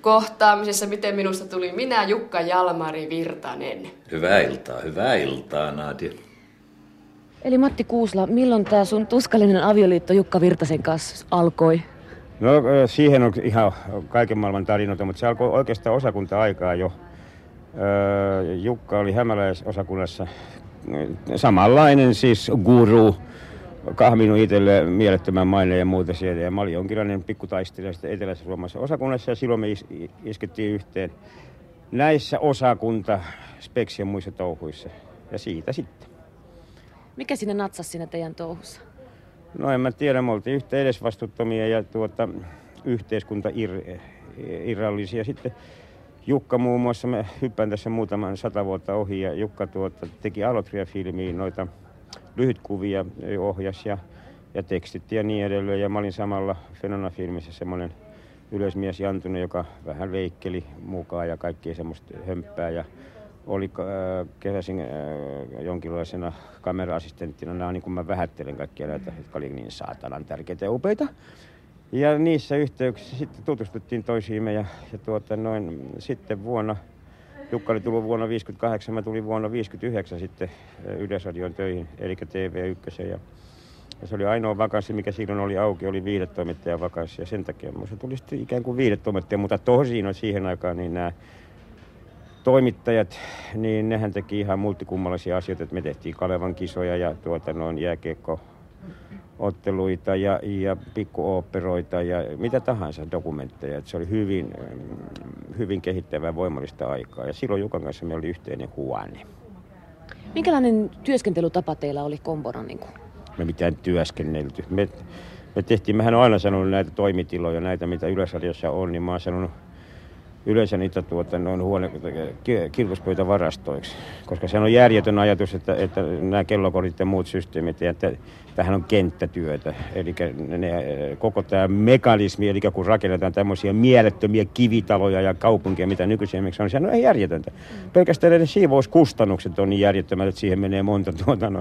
kohtaamisessa, miten minusta tuli minä, Jukka Jalmari Virtanen. Hyvää iltaa, Nadia. Eli Matti Kuusla, milloin tämä sun tuskallinen avioliitto Jukka Virtasen kanssa alkoi? No siihen on ihan kaiken maailman tarinoita, mutta se alkoi oikeastaan osakunta-aikaa jo. Jukka oli hämäläisosakunnassa samanlainen siis guru, kahminut itselle mielettömän maineen ja muuta sieltä. Ja mä olin jonkinlainen pikkutaistelija sitten eteläisessä Suomessa osakunnassa ja silloin me iskettiin yhteen näissä osakunta speksien muissa touhuissa. Ja siitä sitten. Mikä sinne natsasi siinä teidän touhussa? No en mä tiedä, me oltiin yhtä edesvastuuttomia ja yhteiskunta irrallisia. Sitten Jukka muun muassa, mä hyppään tässä muutaman 100 vuotta ohi ja Jukka teki Allotria-filmiin noita lyhytkuvia, ohjasi ja tekstitti ja niin edelleen. Ja mä olin samalla Fenona-filmissä semmoinen yleismies Jantunen, joka vähän veikkeli mukaan ja kaikkea semmoista hömppää. Ja oli kesäsin jonkinlaisena kamera-assistenttina. Nämä on niin kuin mä vähättelen kaikkia näitä, jotka oli niin saatanan tärkeitä ja upeita. Ja niissä yhteyksissä sitten tutustuttiin toisiimme ja sitten Jukka oli tullut vuonna 1958, mä tulin vuonna 1959 sitten Yleisradion töihin, eli TV1. Ja se oli ainoa vakanssi, mikä silloin oli auki, oli viihdetoimittajan vakanssi ja sen takia minusta tuli sitten ikään kuin viihdetoimittaja, mutta tosin on siihen aikaan niin nämä toimittajat, niin nehän teki ihan multikummallisia asioita, että me tehtiin Kalevan kisoja ja jääkiekko-otteluita ja pikkuoopperoita ja mitä tahansa dokumentteja. Että se oli hyvin kehittävää voimallista aikaa ja silloin Jukan kanssa meillä oli yhteinen huone. Minkälainen työskentelytapa teillä oli kombona? Me mitään työskennelty. Mehän on aina sanonut näitä toimitiloja, näitä mitä Yleisradiossa on, niin mä oon sanonut yleensä niitä kirjoituspöytävarastoiksi, koska se on järjetön ajatus, että nämä kellokortit ja muut systeemit, ja tämähän on kenttätyötä. Eli koko tämä mekanismi, eli kun rakennetaan tämmöisiä mielettömiä kivitaloja ja kaupunkia, mitä nykyisin on, se on järjetöntä. Pelkästään ne siivouskustannukset on niin järjettömät, että siihen menee monta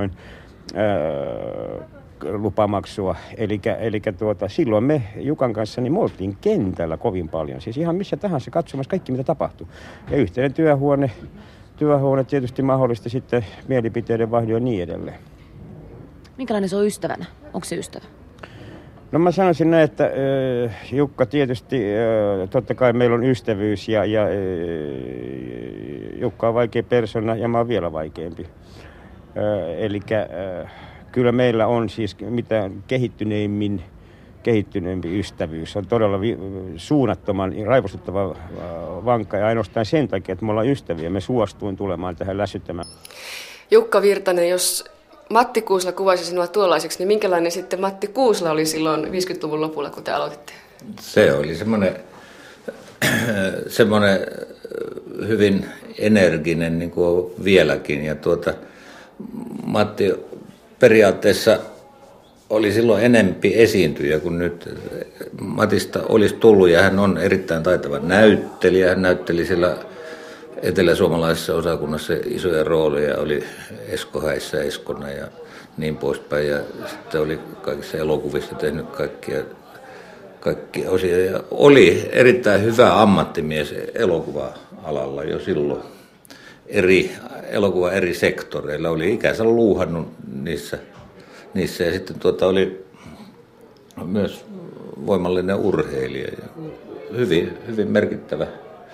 lupamaksua. Eli silloin me Jukan kanssa niin me oltiin kentällä kovin paljon. Siis ihan missä tahansa katsomassa kaikki mitä tapahtui. Ja yhteinen työhuone tietysti mahdollisesti sitten mielipiteiden vaihdon ja niin edelleen. Minkälainen se on ystävänä? Onko se ystävä? No mä sanoisin näin, että Jukka tietysti, totta kai meillä on ystävyys ja Jukka on vaikea persona ja mä oon vielä vaikeampi. Kyllä meillä on siis mitä kehittyneempi ystävyys. Se on todella suunnattoman raivostuttava vankka ja ainoastaan sen takia, että me ollaan ystäviä. Me suostuin tulemaan tähän lässyttämään. Jukka Virtanen, jos Matti Kuusla kuvasi sinua tuollaiseksi, niin minkälainen sitten Matti Kuusla oli silloin 50-luvun lopulla, kun te aloititte? Se oli semmoinen hyvin energinen niin kuin vieläkin. Ja Matti periaatteessa oli silloin enempi esiintyjä kuin nyt. Matista olisi tullut ja hän on erittäin taitava näyttelijä. Hän näytteli siellä eteläsuomalaisessa osakunnassa isoja rooleja. Oli Esko Häissä Eskona ja niin poispäin. Ja sitten oli kaikissa elokuvissa tehnyt kaikkia osia. Ja oli erittäin hyvä ammattimies elokuva-alalla jo silloin. Elokuva eri sektoreilla. Oli ikänsä luuhannut niissä ja sitten oli myös voimallinen urheilija ja hyvin merkittävä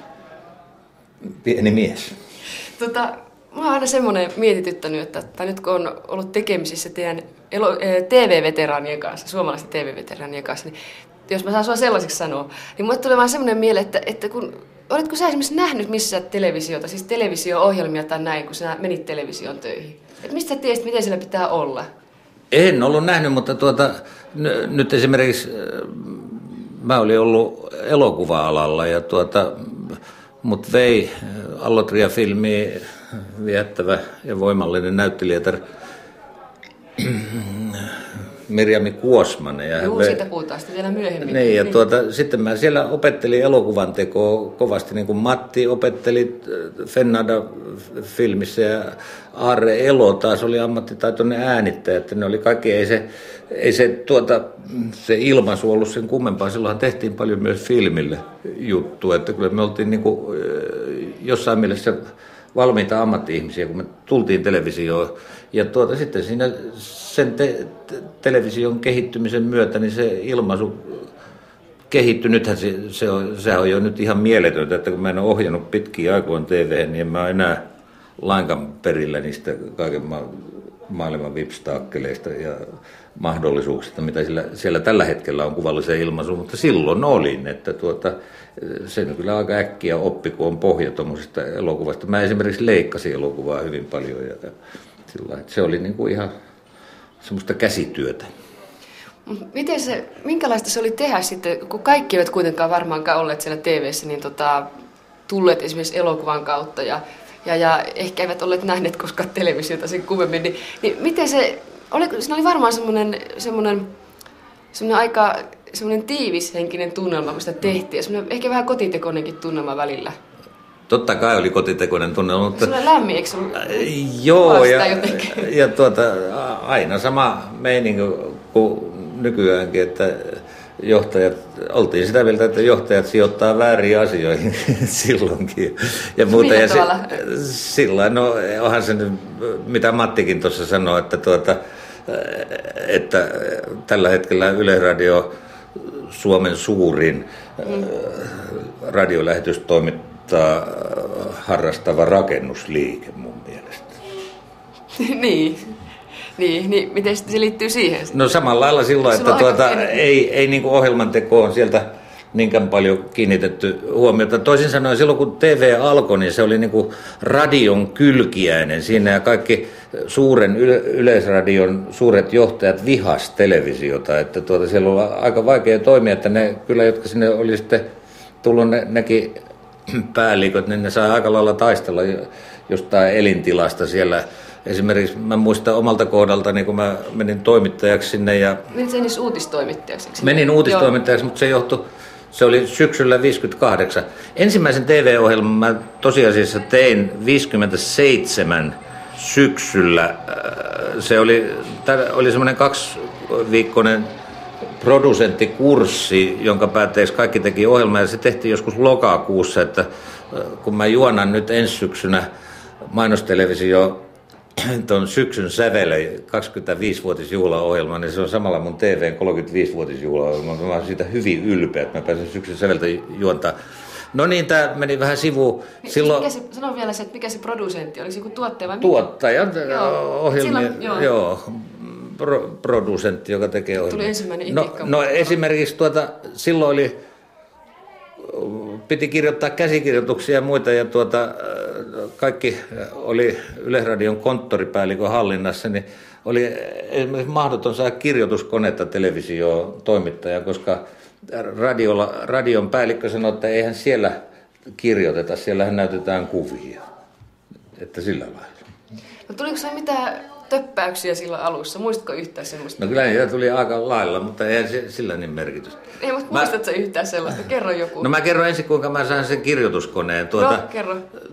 pieni mies. Mä oon aina semmoinen mietityttänyt, että nyt kun on ollut tekemisissä teidän TV-veteraanien kanssa, suomalaisten TV-veteraanien kanssa, niin jos mä saan sua sellaiseksi sanoa, niin mulle tulee vaan semmoinen mieleen, että oletko sä esimerkiksi nähnyt missä televisiota, siis televisio-ohjelmia tai näin, kun sä menit television töihin? Et mistä sä tiesit, miten siellä pitää olla? En ollut nähnyt, mutta nyt esimerkiksi mä olin ollut elokuva-alalla ja mut vei Allotria-filmiin viettävä ja voimallinen näyttelijätär Mirjami Kuosmanen. Ja Juu, siitä puhutaan sitten vielä myöhemmin. Niin, ja sitten mä siellä opettelin elokuvan tekoa kovasti, niin kuin Matti opetteli Fennada-filmissä ja Aarre Elo taas oli ammattitaitoinen äänittäjä, että ne oli kaikki, ei se ilmaisu ollut sen kummempaa, silloinhan tehtiin paljon myös filmille juttua, että kyllä me oltiin niin kuin jossain mielessä valmiita ammatti-ihmisiä, kun me tultiin televisioon. Ja sitten siinä sen television kehittymisen myötä, niin se ilmaisu kehittyi. Nythän sehän on jo nyt ihan mieletöntä, että kun mä en ole ohjannut pitkiä aikoin TV, niin en mä ole enää lainkaan perillä niistä kaiken maailman vipstaakkeleista ja mahdollisuuksista, mitä siellä tällä hetkellä on kuvallisen ilmaisu, mutta silloin olin, että sen kyllä aika äkkiä oppi, kun on pohja tuommoisesta elokuvasta. Mä esimerkiksi leikkasin elokuvaa hyvin paljon ja sillä, että se oli niin kuin ihan semmoista käsityötä. Minkälaista se oli tehdä sitten, kun kaikki eivät kuitenkaan varmaankaan olleet siellä TV:ssä, niin tulleet esimerkiksi elokuvan kautta ja ehkä eivät olleet nähneet koskaan televisiota sen kummemmin, niin miten se, siinä oli varmaan semmoinen aika semmoinen tiivishenkinen tunnelma, kun sitä tehtiin, ja semmoinen ehkä vähän kotitekoinenkin tunnelma välillä. Totta kai oli kotitekoinen tunnelma, mutta semmoinen lämmin, eikö se ollut? Joo, ja aina sama meininki kuin nykyäänkin, että oltiin sitä mieltä, että johtajat sijoittaa väärin asioihin silloinkin. Ja muuta. Millä tavalla? Sillain, no onhan se nyt, mitä Mattikin tuossa sanoi, että tällä hetkellä Yleisradio Suomen suurin radiolähetystoimintaa harrastava rakennusliike mun mielestä. Niin, miten se liittyy siihen? No samalla lailla silloin, että ei niin kuin ohjelmantekoon sieltä niinkään paljon kiinnitetty huomiota. Toisin sanoen silloin kun TV alkoi, niin se oli niin kuin radion kylkiäinen siinä ja kaikki suuren Yleisradion suuret johtajat vihas televisiota. Että siellä oli aika vaikea toimia, että ne kyllä, jotka sinne oli sitten tullut nekin päälliköt, niin ne sai aika lailla taistella jostain elintilasta siellä. Esimerkiksi mä muistan omalta kohdaltani, kun mä menin toimittajaksi sinne ja... Menit sen edes uutistoimittajaksi? Menin uutistoimittajaksi, mutta se oli syksyllä 1958. Ensimmäisen TV-ohjelman mä tosiasiassa tein 1957 syksyllä. Se oli semmoinen 2-viikkoinen produsenttikurssi, jonka päätteeksi kaikki teki ohjelmaa ja se tehtiin joskus lokakuussa, että kun mä juonan nyt ensi syksynä mainostelevisio tuon syksyn sävelle 25-vuotisjuhlaohjelma, niin se on samalla mun TVn 35-vuotisjuhlaohjelma. Mä oon siitä hyvin ylpeä, että mä pääsen syksyn säveltä juontaa. No niin, tää meni vähän sivuun. Sano vielä se, että mikä se produsentti, oliko se joku tuottaja vai mikä? Tuottaja, ohjelmia, produsentti, joka tekee ohjelmia. Tuli ensimmäinen itikka. No esimerkiksi silloin piti kirjoittaa käsikirjoituksia ja muita, ja kaikki oli Yleisradion konttoripäällikön hallinnassa, niin oli esimerkiksi mahdoton saada kirjoituskonetta televisioon toimittajan, koska radion päällikkö sanoi, että eihän siellä kirjoiteta, siellähän näytetään kuvia, että sillä lailla. No tuliko se mitään töppäyksiä silloin alussa? Muistatko yhtään semmoista? No kyllä niitä tuli aika lailla, mutta eihän sillä niin merkitystä. Ei, mutta muistatko yhtään sellaista? Kerro joku. No mä kerron ensin, kuinka mä sain sen kirjoituskoneen. Kerro.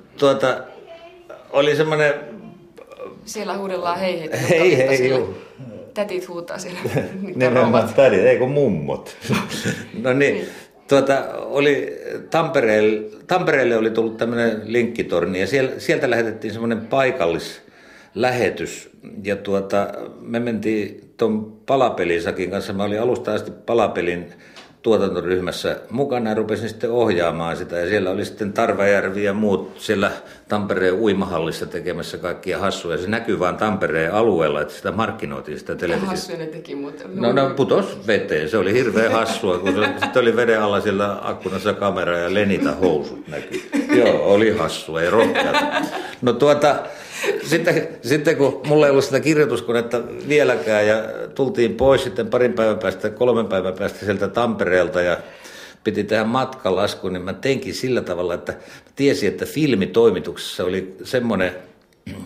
Oli semmoinen... Siellä huudellaan hei. Hei. Tätit huutaa siellä. Nimenomaan tädit, ei kun mummot. No niin. Oli Tampereelle oli tullut tämmöinen linkkitorni ja sieltä lähetettiin semmoinen paikallislähetys ja me mentiin tuon Palapelisakin kanssa. Mä olin alusta asti Palapelin tuotantoryhmässä mukana ja rupesin sitten ohjaamaan sitä ja siellä oli sitten Tarvajärvi ja muut siellä Tampereen uimahallissa tekemässä kaikkia hassuja. Se näkyy vaan Tampereen alueella, että sitä markkinoitiin sitä televisiota. Hassuja ne teki muuten. No putos veteen, se oli hirveän hassua, kun sitten oli veden alla siellä akkunassa kamera ja Lenita housut näkyi. Joo, oli hassua, ei rohkeata. No sitten kun mulla ei ollut sitä kirjoituskonetta vieläkään ja tultiin pois sitten 3 päivän päästä sieltä Tampereelta ja piti tehdä matkalasku, niin mä teinkin sillä tavalla, että tiesin, että filmitoimituksessa oli semmoinen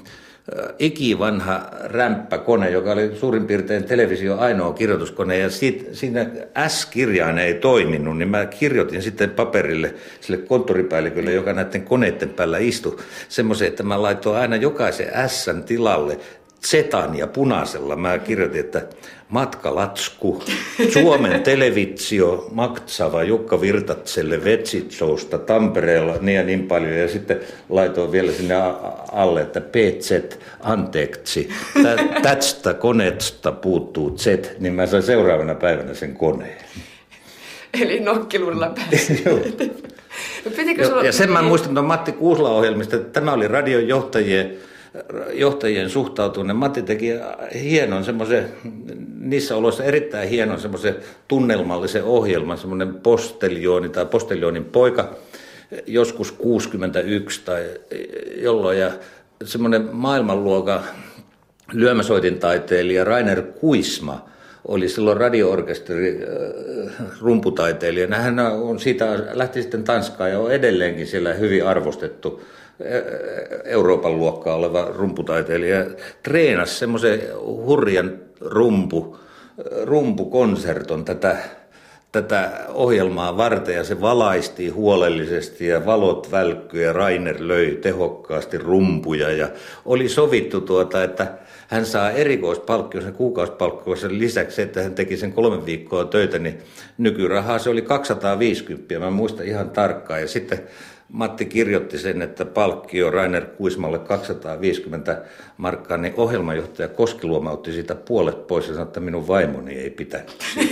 ikivanha rämppäkone, joka oli suurin piirtein televisio ainoa kirjoituskone, ja siinä S-kirjain ei toiminut, niin mä kirjoitin sitten paperille sille konttoripäällikölle, joka näiden koneiden päällä istui, semmoisen, että mä laitoin aina jokaisen S:n tilalle Zetan ja punaisella. Mä kirjoitin, että matkalatsku, Suomen televisio maksava Jukka Virtatselle Vetsitsousta Tampereella niin ja niin paljon. Ja sitten laitoin vielä sinne alle, että PZ anteeksi, tästä koneesta puuttuu Z, niin mä sain seuraavana päivänä sen koneen. Eli nokkiluudella pääsi. Ja sen mä muistan tuon Matti Kuusla-ohjelmista, että tämä oli radion johtajien suhtautuminen. Matti teki hienon semmoisen, niissä oloissa erittäin hienon semmoisen tunnelmallisen ohjelman, semmoinen posteljooni tai posteljoonin poika, joskus 61 tai jolloin, ja semmoinen maailmanluokan lyömäsoitintaiteilija Rainer Kuisma oli silloin radio-orkesteri rumputaiteilija. Hän on siitä, lähti sitten Tanskaan ja on edelleenkin siellä hyvin arvostettu Euroopan luokkaa oleva rumputaiteilija. Treenasi semmoisen hurjan rumpukonserton tätä ohjelmaa varten, ja se valaistiin huolellisesti ja valot välkkyi ja Rainer löi tehokkaasti rumpuja ja oli sovittu että hän saa erikoispalkkion, sen kuukausipalkkion sen lisäksi, että hän teki sen 3 viikkoa töitä, niin nykyrahaa se oli 250, mä muistan ihan tarkkaan. Ja sitten Matti kirjoitti sen, että palkkio Rainer Kuismalle 250 markkaa, niin ohjelmanjohtaja Koskiluoma otti siitä puolet pois ja sanoi, että minun vaimoni ei pitänyt.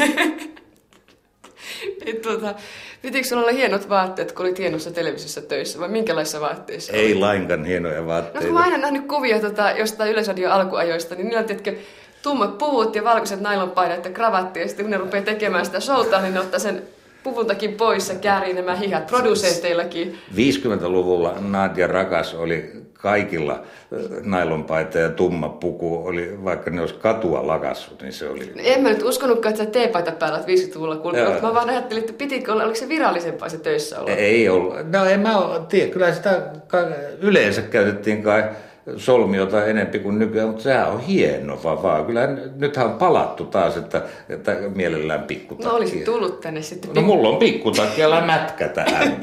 Pitikö sinulla olla hienot vaatteet, kun olit hienossa televisiossa töissä, vai minkälaisissa vaatteissa Ei lainkaan hienoja vaatteita. No kun mä aina nähnyt kuvia jostain Yleisradion alkuajoista, niin niillä on tummat puvut ja valkoiset nailonpaidat ja kravatti, ja sitten kun ne rupeaa tekemään sitä showta, niin ne ottaa sen puvuntakin pois ja käärii nämä hihat produsenteillakin. 50-luvulla Nadia Rakas oli kaikilla nailonpaita ja tumma puku, oli, vaikka ne olisi katua lakassut, niin se oli. No en mä nyt uskonutkaan, että sä teepaita päällä 50-luvulla kulkenut. Mä vaan ajattelin, että pitikö olla, oliko se virallisempaa se töissä olla? Ei ollut. No en mä tiedä, kyllä sitä yleensä käytettiin kai solmiota enempi kuin nykyään, mutta sehän on hieno vaan. Kyllä nythän on palattu taas, että mielellään pikkutakki. No olisi tullut tänne sitten. No mulla on pikkutakki, älä mätkätä.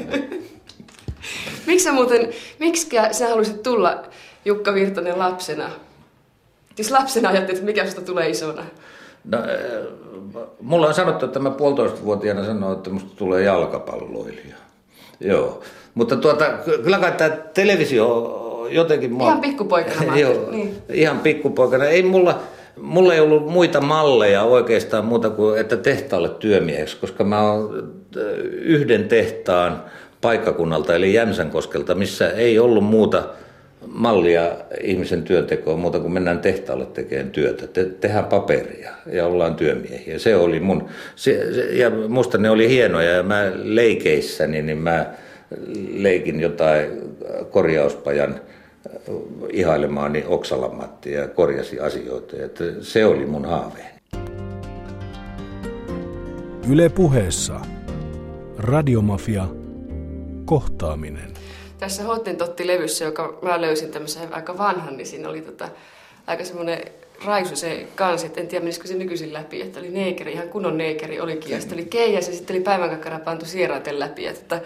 Miksi sä haluaisit tulla Jukka Virtanen lapsena? Siis lapsena ajattelit, että mikä susta tulee isona? No, mulla on sanottu, että mä 1,5-vuotiaana sanoin, että musta tulee jalkapalloilija. Joo, mutta kyllä kai tämä televisio jotenkin... Ihan pikkupoikana. Joo, niin. Ihan pikkupoikana. Ei mulla ei ollut muita malleja oikeastaan muuta kuin, että tehtaalle työmieheksi, koska mä oon yhden tehtaan paikkakunnalta, eli Jämsänkoskelta, missä ei ollut muuta mallia ihmisen työntekoon muuta kuin mennään tehtaalle tekemään työtä. Tehdään paperia ja ollaan työmiehiä. Se oli mun... ja musta ne oli hienoja, ja mä leikeissäni, niin mä leikin jotain korjauspajan ihailemaani Oksalan Mattia ja korjasi asioita. Että se oli mun haaveeni. Yle Puheessa Radiomafia kohtaaminen. Tässä Hottentotti-levyssä, joka mä löysin tämmöisen aika vanhan, niin siinä oli aika semmoinen raisu se kansi, että en tiedä menisikö se nykyisin läpi, että oli neekeri, ihan kunnon neekeri olikin, ja sitten oli keijäs ja sitten oli päivänkakkara pantu sieraiten läpi. Että,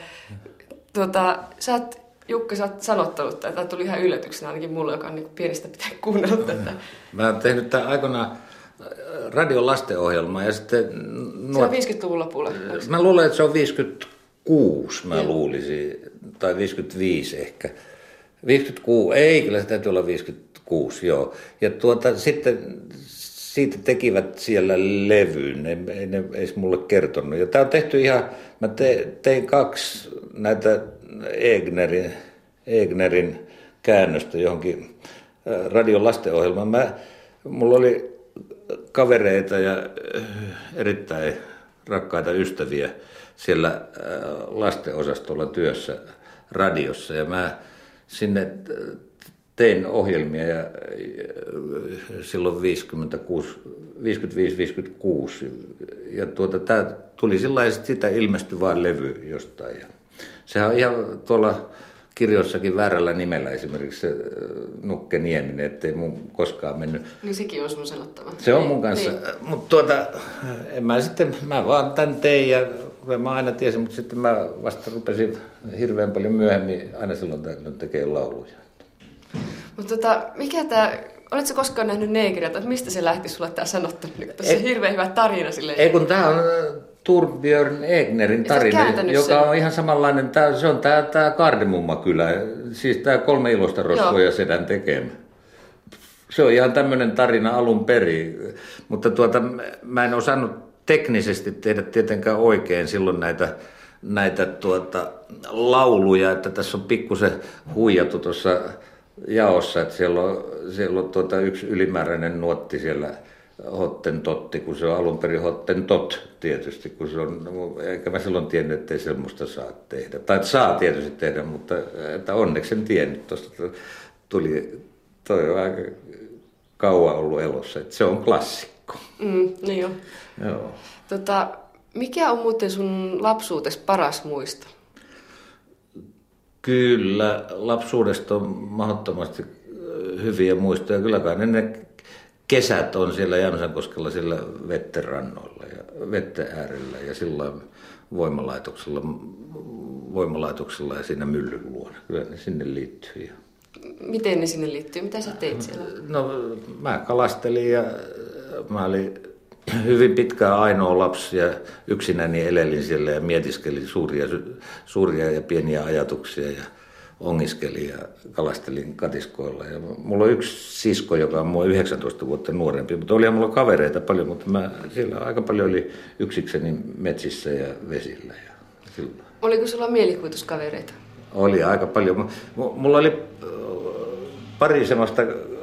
Jukka, sä oot sanottanut, että tämä tuli ihan yllätyksenä ainakin mulle, joka on niin pienestä pitää kuunnella tätä. Mä oon tehnyt tämän aikoinaan radion lastenohjelmaa ja sitten... Se on 50-luvun lopulla. Mä luulen, että se on 56, mä luulisin, tai 55 ehkä. 56, ei, kyllä se täytyy olla 56, joo. Ja sitten siitä tekivät siellä levyyn, ei ne edes mulle kertonut. Ja tää on tehty ihan, mä tein 2 näitä Egnerin käännöstä johonkin radion lastenohjelmaan. Mulla oli kavereita ja erittäin rakkaita ystäviä siellä lastenosastolla työssä radiossa, ja mä sinne tein ohjelmia ja silloin 55-56 ja tää tuli sillä lailla, että sitä ilmestyi vaan levy jostain. Ja sehän on ihan tuolla kirjossakin väärällä nimellä esimerkiksi se Nukke Nieminen, ettei mun koskaan mennyt. Niin sekin on sun sanottava. Se on mun kanssa, niin. Mutta mä vaan tän tein ja mä aina tiesin, mutta sitten mä vasta rupesin hirveän paljon myöhemmin aina silloin tekemään lauluja. Mutta mikä tää, oletko koskaan nähnyt Neegeria, että mistä se lähti sulle tää sanottu? Se on hirveän hyvä tarina silleen. Ei kun tää on Torbjörn Egnerin tarina, joka on ihan samanlainen, se on tää Kardemummakylä, siis tää 3 iloista rosvoa ja sedän tekemä. Se on ihan tämmöinen tarina alun perin, mutta mä en osannut teknisesti tehdä tietenkään oikein silloin näitä lauluja, että tässä on pikkusen huijattu tuossa jaossa, että siellä on yksi ylimääräinen nuotti siellä Hottentotti, kun se on alun perin Hottentot tietysti, kun se on, eikä mä silloin tiennyt, ettei semmoista saa tehdä. Tai saa tietysti tehdä, mutta että onneksi en tiennyt. Tuosta tuli, toi on aika kauan ollut elossa, että se on klassikko. Niin jo. Joo. Mikä on muuten sun lapsuutesi paras muisto? Kyllä, lapsuudesta on mahdottomasti hyviä muistoja. Kyllä kai ne kesät on siellä Jämsänkoskella siellä vetten rannoilla ja vetten äärellä ja sillä voimalaitoksella ja siinä myllyn luona. Kyllä ne sinne liittyy. Miten ne sinne liittyy? Mitä sä teit siellä? No mä kalastelin ja mä olin hyvin pitkään ainoa lapsi ja yksinäni elelin siellä ja mietiskelin suuria ja pieniä ajatuksia ja ongiskelin ja kalastelin katiskoilla. Ja mulla on yksi sisko, joka on mua 19 vuotta nuorempi, mutta olihan mulla kavereita paljon, mutta siellä aika paljon oli yksikseni metsissä ja vesillä. Ja oliko sulla mielikuvituskavereita? Oli aika paljon. Mulla oli pari semmoista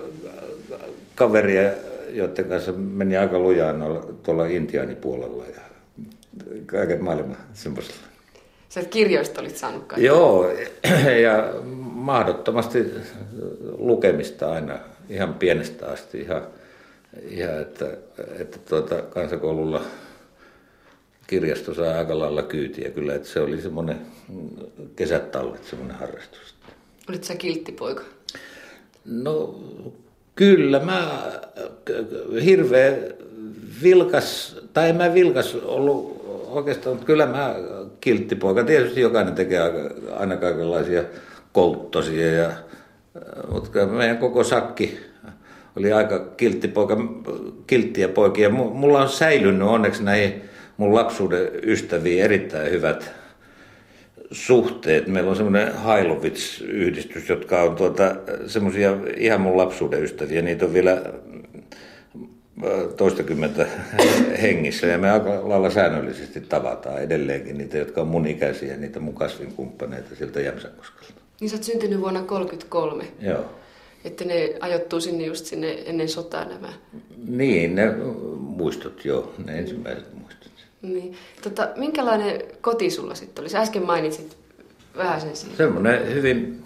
kaveria, joiden kanssa meni aika lujaan tuolla intiaanipuolella ja kaiken maailman semmoisella. Sä kirjoista olit saanut kaiken. Joo, ja mahdottomasti lukemista aina, ihan pienestä asti, ihan että kansakoululla kirjasto saa aika lailla kyytiä kyllä, että se oli semmoinen kesät talvet, semmoinen harrastus. Olit sä kilttipoika? No kyllä, mä hirveän vilkas, tai en mä vilkas ollut oikeastaan, mutta kyllä mä kilttipoika. Tietysti jokainen tekee aina kaikenlaisia kolttosia, mutta meidän koko sakki oli aika kilttiä poikia. Mulla on säilynyt onneksi näihin mun lapsuuden ystäviin erittäin hyvät suhteet. Meillä on semmoinen Hailovits-yhdistys, jotka on semmoisia ihan mun lapsuuden ystäviä. Niitä on vielä toistakymmentä hengissä ja me aika lailla säännöllisesti tavataan edelleenkin niitä, jotka on mun ikäisiä, niitä mun kasvinkumppaneita sieltä Jämsänkoskelta. Niin sä oot syntynyt vuonna 1933. Joo. Että ne ajoittuu sinne just sinne ennen sotaa nämä. Niin, ne muistot joo, ne ensimmäiset muistot. Niin. Minkälainen koti sulla sitten oli? Sä äsken mainitsit vähän sen siitä. Semmoinen hyvin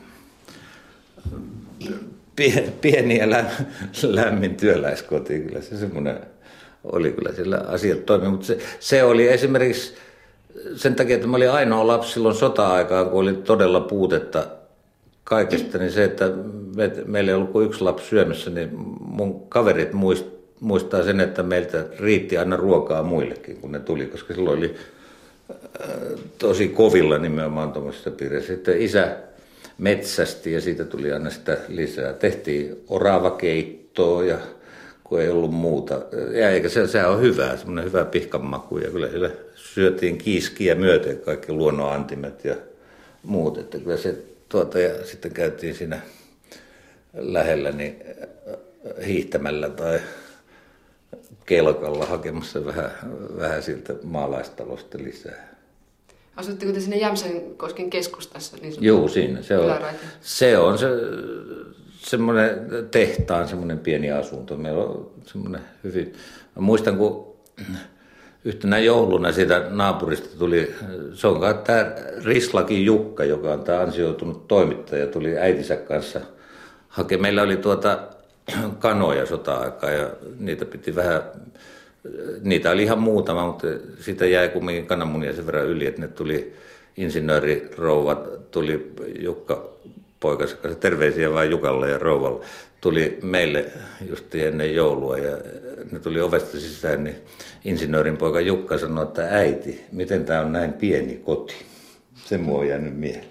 pieni ja lämmin työläiskoti. Kyllä se semmoinen oli, kyllä siellä asiat toimii. Mutta se oli esimerkiksi sen takia, että mä olin ainoa lapsi silloin sota-aikaan, kun oli todella puutetta kaikesta, niin se, että meillä ei ollut kuin yksi lapsi syömässä, niin mun kaverit muistaa sen, että meiltä riitti aina ruokaa muillekin, kun ne tuli, koska silloin oli tosi kovilla nimenomaan tuommoisessa piirissä. Sitten isä metsästi ja siitä tuli aina sitä lisää. Tehtiin oravakeittoa ja kun ei ollut muuta. Ja eikä sehän on hyvää, semmoinen hyvä pihkanmaku ja kyllä siellä syötiin kiiskiä myöten kaikki luonnonantimet ja muut. Että kyllä se ja sitten käytiin siinä lähellä niin hiihtämällä tai kelkalla hakemassa vähän siltä maalaistalosta lisää. Asuitteko te sinne Jämsänkosken keskustassa? Niin joo, siinä. Se on semmoinen tehtaan semmoinen pieni asunto. Meillä on semmoinen hyvin. Mä muistan, kun yhtenä jouluna siitä naapurista tuli, se on tämä Rislakin Jukka, joka on tämä ansioitunut toimittaja, tuli äitinsä kanssa hakemaan. Meillä oli kanoja sota-aikaa ja niitä piti vähän, niitä oli ihan muutama, mutta siitä jäi kumminkin kananmunia sen verran yli, että ne tuli insinöörirouva tuli Jukka poikansa kanssa, terveisiä vaan Jukalle ja rouvalle, tuli meille just ennen joulua ja ne tuli ovesta sisään, niin insinöörin poika Jukka sanoi, että äiti, miten tämä on näin pieni koti? Se mua on jäänyt mieleen.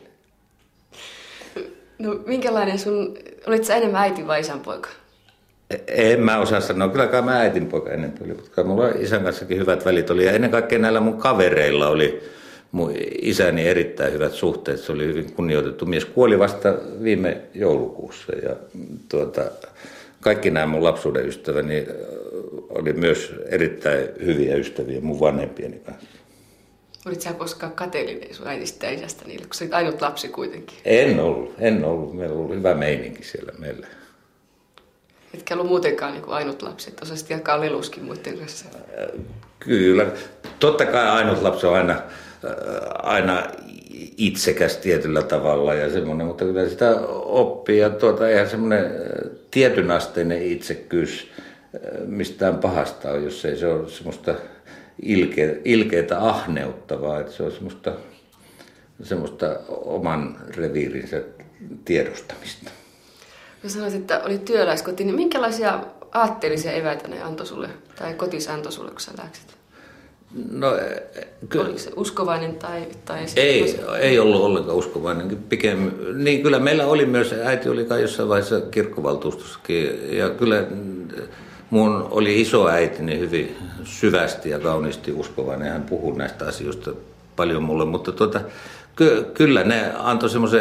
No minkälainen olit sä enemmän äiti vai isän poika? En mä osaa sanoa, kyllä kai mä äitin poika enemmän oli, mutta mulla isän kanssakin hyvät välit oli ja ennen kaikkea näillä mun kavereilla oli mun isäni erittäin hyvät suhteet, se oli hyvin kunnioitettu mies. Kuoli vasta viime joulukuussa ja kaikki nämä mun lapsuuden ystäväni oli myös erittäin hyviä ystäviä mun vanhempieni kanssa. Olit sä koskaan kateellinen sun äitistä ja isästä niille, kun sä olit ainut lapsi kuitenkin? En ollut. Meillä oli hyvä meininki siellä meillä. Etkä ollut muutenkaan niin kuin ainut lapsi, että osasit jakaa leluskin muiden kanssa. Kyllä. Totta kai ainut lapsi on aina itsekäs tietyllä tavalla ja semmoinen, mutta kyllä sitä oppii ja eihän semmoinen tietynasteinen itsekkyys mistään pahasta on, jos ei se ole semmoista ilkeätä ahneuttavaa, että se on semmoista oman reviirinsä tiedostamista. Kun sanoit, että oli työläiskoti, niin minkälaisia aatteellisia eväitä ne antoi sulle, tai kotis antoi sulle, kun sä läksit? No, oliko se uskovainen tai ei ollut ollenkaan uskovainen. Niin kyllä meillä oli myös, äiti oli kai jossain vaiheessa kirkkovaltuustossakin, ja kyllä mun oli isoäitini hyvin syvästi ja kauniisti uskovainen. Hän puhui näistä asioista paljon mulle, mutta kyllä ne antoi semmoisen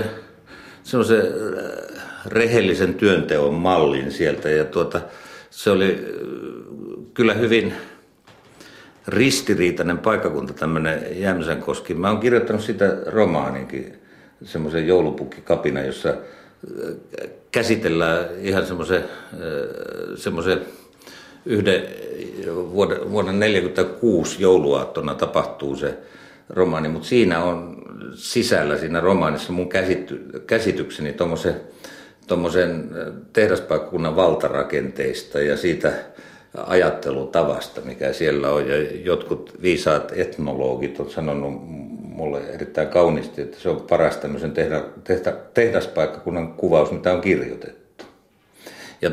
rehellisen työnteon mallin sieltä ja se oli kyllä hyvin ristiriitainen paikkakunta, tämmöinen Jämsänkoski. Mä oon kirjoittanut siitä romaaninkin, semmoisen joulupukkikapinan, jossa käsitellään ihan semmoisen yhden vuonna 1946 jouluaattona tapahtuu se romaani, mutta siinä on sisällä siinä romaanissa mun käsitykseni tuommoisen tehdaspaikkakunnan valtarakenteista ja siitä ajattelutavasta, mikä siellä on. Ja jotkut viisaat etnologit on sanonut mulle erittäin kauniisti, että se on paras tämmöisen tehdaspaikkakunnan kuvaus, mitä on kirjoitettu. Ja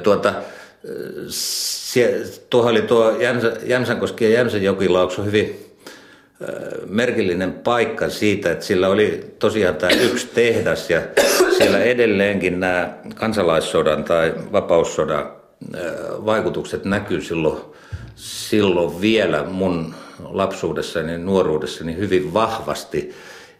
tuohon oli tuo Jämsänkoski ja Jämsänjokilaakso hyvin merkillinen paikka siitä, että sillä oli tosiaan tämä yksi tehdas ja siellä edelleenkin nämä kansalaissodan tai vapaussodan vaikutukset näkyy silloin vielä mun lapsuudessani, nuoruudessani hyvin vahvasti,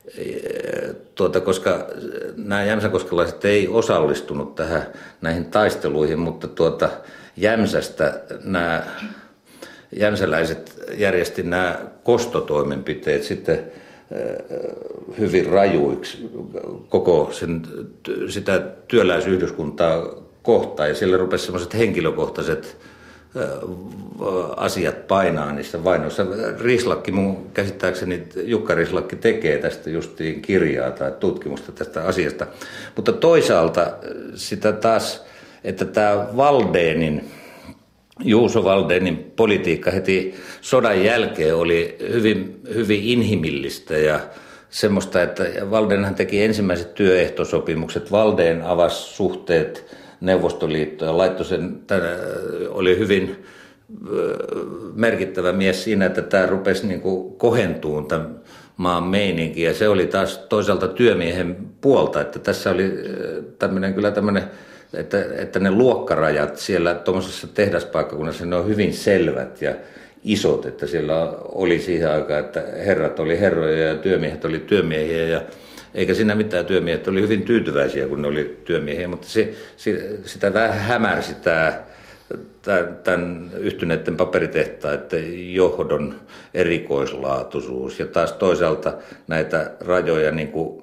koska nämä jämsänkoskelaiset ei osallistunut näihin taisteluihin, mutta Jämsästä nämä jämsäläiset järjesti nämä kostotoimenpiteet sitten hyvin rajuiksi koko sitä työläisyhdyskuntaa kohtaan ja siellä rupesi semmoiset henkilökohtaiset asiat painaa niissä vainoissa. Rislakki, mun käsittääkseni Jukka Rislakki tekee tästä justiin kirjaa tai tutkimusta tästä asiasta, mutta toisaalta sitä taas, että tämä Juuso Valdénin politiikka heti sodan jälkeen oli hyvin, hyvin inhimillistä ja semmoista, että Valdénhan teki ensimmäiset työehtosopimukset. Valdén avasi suhteet Neuvostoliittoon ja laittoi oli hyvin merkittävä mies siinä, että tämä rupesi niin kuin kohentumaan tämän maan meininki. Ja se oli taas toisaalta työmiehen puolta, että tässä oli tämmöinen että ne luokkarajat siellä tuommoisessa tehdaspaikkakunnassa, ne on hyvin selvät ja isot, että siellä oli siihen aikaan, että herrat oli herroja ja työmiehet oli työmiehiä ja eikä siinä mitään, työmiehet oli hyvin tyytyväisiä, kun ne oli työmiehiä, mutta sitä vähän hämärsi tämän yhtyneiden paperitehtaiden johdon erikoislaatuisuus ja taas toisaalta näitä rajoja niin kuin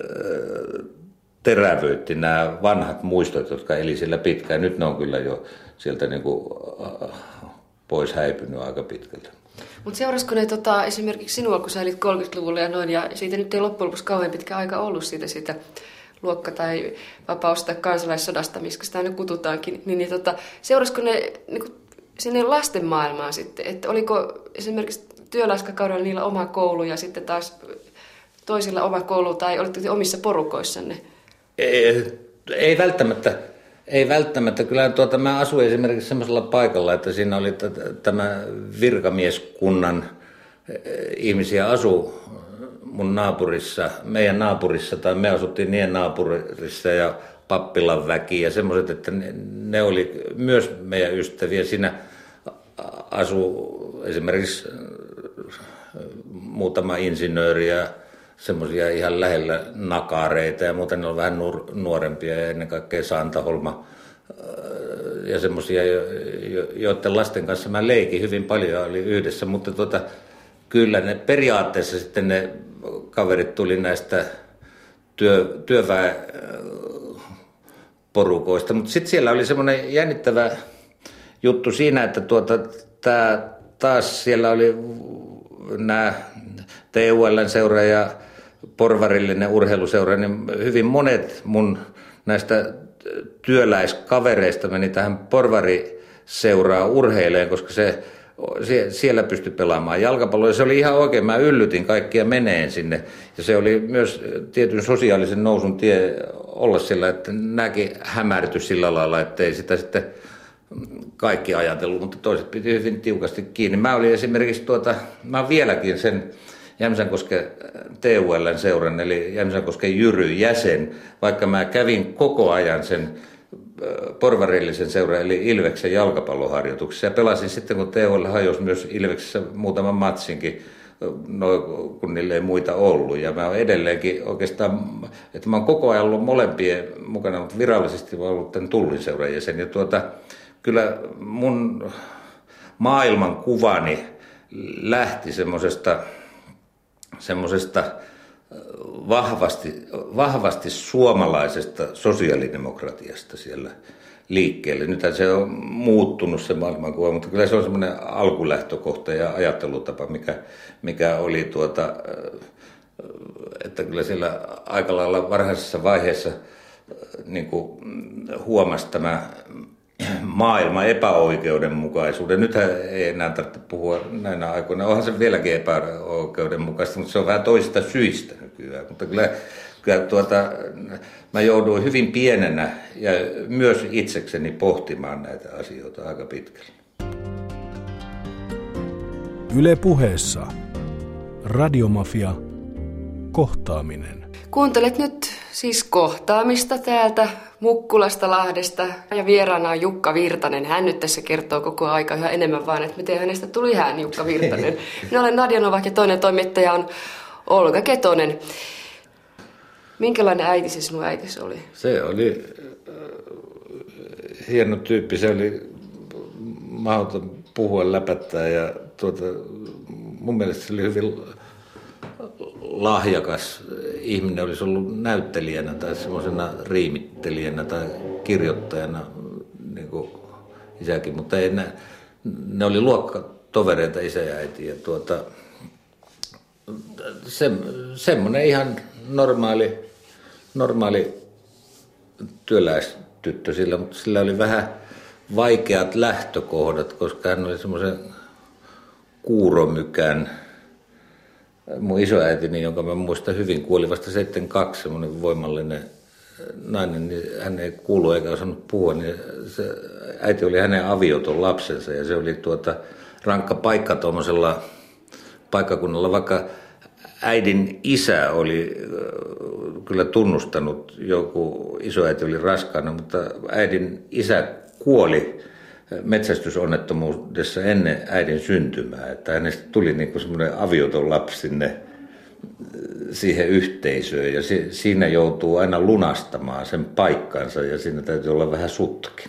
terävöitti nämä vanhat muistot, jotka eli siellä pitkään. Nyt ne on kyllä jo sieltä niin kuin pois häipynyt aika pitkältä. Mutta seurasiko ne esimerkiksi sinua, kun sä elit 30-luvulla ja noin, ja siitä nyt ei loppujen lopuksi kauhean pitkä aika ollut siitä luokka- tai vapaus- tai kansalaissodasta, mistä sitä nyt kututaankin, niin seurasiko ne niin sinne lasten maailmaan sitten, että oliko esimerkiksi työläiskakaudella niillä oma koulu ja sitten taas toisilla oma koulu tai olitte omissa porukoissanne? Ei välttämättä. Ei välttämättä. Kyllä mä asuin esimerkiksi semmoisella paikalla, että siinä oli tämä virkamieskunnan ihmisiä asu mun naapurissa, meidän naapurissa, tai me asuttiin niiden naapurissa ja pappilan väki ja semmoiset, että ne oli myös meidän ystäviä. Siinä asui esimerkiksi muutama insinööri ja semmoisia ihan lähellä nakareita ja muuten ne on vähän nuorempia ja ennen kaikkea Santaholma ja semmoisia, joiden lasten kanssa mä leikin hyvin paljon, oli yhdessä, mutta kyllä ne periaatteessa sitten ne kaverit tuli näistä työväenporukoista, mutta sitten siellä oli semmoinen jännittävä juttu siinä, että taas siellä oli nämä TUL-seura ja porvarillinen urheiluseura, niin hyvin monet mun näistä työläiskavereista meni tähän porvariseuraa urheileen, koska siellä pystyi pelaamaan jalkapalloa. Se oli ihan oikein, mä yllytin kaikkia meneen sinne. Ja se oli myös tietyn sosiaalisen nousun tie olla siellä, että nämäkin hämärtyi sillä lailla, ettei sitä sitten kaikki ajatellut, mutta toiset piti hyvin tiukasti kiinni. Mä olin esimerkiksi mä oon vieläkin sen Jämsänkosken TUL:n seuran, eli Jämsänkosken Jyry jäsen, vaikka mä kävin koko ajan sen porvarillisen seuran, eli Ilveksen jalkapalloharjoituksessa. Ja pelasin sitten, kun TUL hajosi myös Ilveksessä muutaman matsinkin, kun niille ei muita ollut. Ja mä oon edelleenkin oikeastaan, että mä oon koko ajan ollut molempien mukana, mutta virallisesti mä oon ollut tämän Tullin seuran jäsen. Ja kyllä mun maailmankuvani lähti semmoisesta vahvasti suomalaisesta sosiaalidemokratiasta siellä liikkeelle. Nythän se on muuttunut se maailmankuva, mutta kyllä se on semmoinen alkulähtökohta ja ajattelutapa, mikä oli että kyllä siellä aika lailla varhaisessa vaiheessa niin kuin huomasi tämä maailman epäoikeudenmukaisuuden. Nythän ei enää tarvitse puhua näinä aikoina. Onhan se vieläkin epäoikeudenmukaista, mutta se on vähän toisista syistä nykyään. Mutta kyllä mä jouduin hyvin pienenä ja myös itsekseni pohtimaan näitä asioita aika pitkälle. Yle Puheessa. Radiomafia. Kohtaaminen. Kuuntelet nyt siis kohtaamista täältä Mukkulasta, Lahdesta ja vieraana on Jukka Virtanen. Hän nyt tässä kertoo koko aika yhä enemmän vaan, että miten hänestä tuli hän Jukka Virtanen. Minä olen Nadia Novak ja toinen toimittaja on Olga Ketonen. Minkälainen äiti se sinun äitisi oli? Se oli hieno tyyppi. Se oli mahdoton puhua läpättää ja mun mielestä se oli hyvin lahjakas ihminen, olisi ollut näyttelijänä tai semmoisena riimittelijänä tai kirjoittajana, niin kuin isäkin, mutta ei ne oli luokkatovereita isä ja äiti. Ja semmoinen ihan normaali työläistyttö sillä, mutta sillä oli vähän vaikeat lähtökohdat, koska hän oli semmoisen kuuromykän. Mun isoäitini, jonka mä muistan hyvin, kuoli vasta 72, semmoinen voimallinen nainen, niin hän ei kuulu eikä osannut puhua, niin se äiti oli hänen avioton lapsensa ja se oli rankka paikka tuommoisella paikkakunnalla, vaikka äidin isä oli kyllä tunnustanut, joku isoäiti oli raskaana, mutta äidin isä kuoli metsästysonnettomuudessa ennen äidin syntymää, että hänestä tuli niin kuin semmoinen avioton lapsi siihen yhteisöön ja siinä joutuu aina lunastamaan sen paikkansa ja siinä täytyy olla vähän suttukin.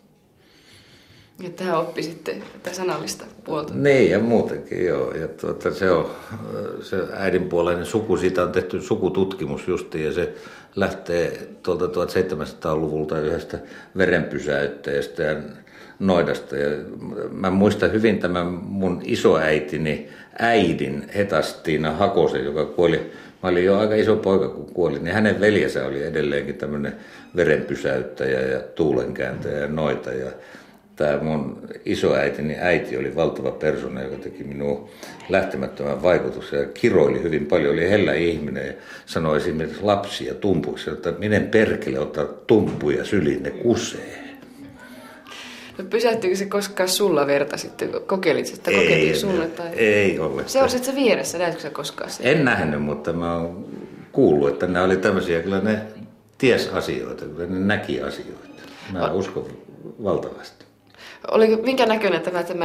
Ja tähän oppi sitten tätä sanallista puolta. Niin ja muutenkin joo. Ja se äidinpuoleinen suku, siitä on tehty sukututkimus justiin ja se lähtee tuolta 1700-luvulta yhdestä verenpysäyttäjästä ja noidasta. Ja mä muistan hyvin tämän mun isoäitini äidin Hetastiina Hakosen, joka kuoli. Mä olin jo aika iso poika, kun kuoli, niin hänen veljensä oli edelleenkin tämmöinen verenpysäyttäjä ja tuulenkääntäjä ja noita. Ja tämä mun isoäitini äiti oli valtava persona, joka teki minuun lähtemättömän vaikutuksen ja kiroili hyvin paljon, oli hellä ihminen ja sanoi esimerkiksi lapsia tumpuiksi, että menen perkele ottaa tumpuja syliin, ne kusee. No pysähtyykö se koskaan sulla verta sitten? Kokeilit sitä? Ei ole. Seurasit se vieressä? Näetkö sä koskaan sitä? En nähnyt, mutta mä oon kuullut, että nämä oli tämmöisiä, kyllä ne ties asioita, kyllä ne näki asioita. Mä uskon valtavasti. Minkä näköinen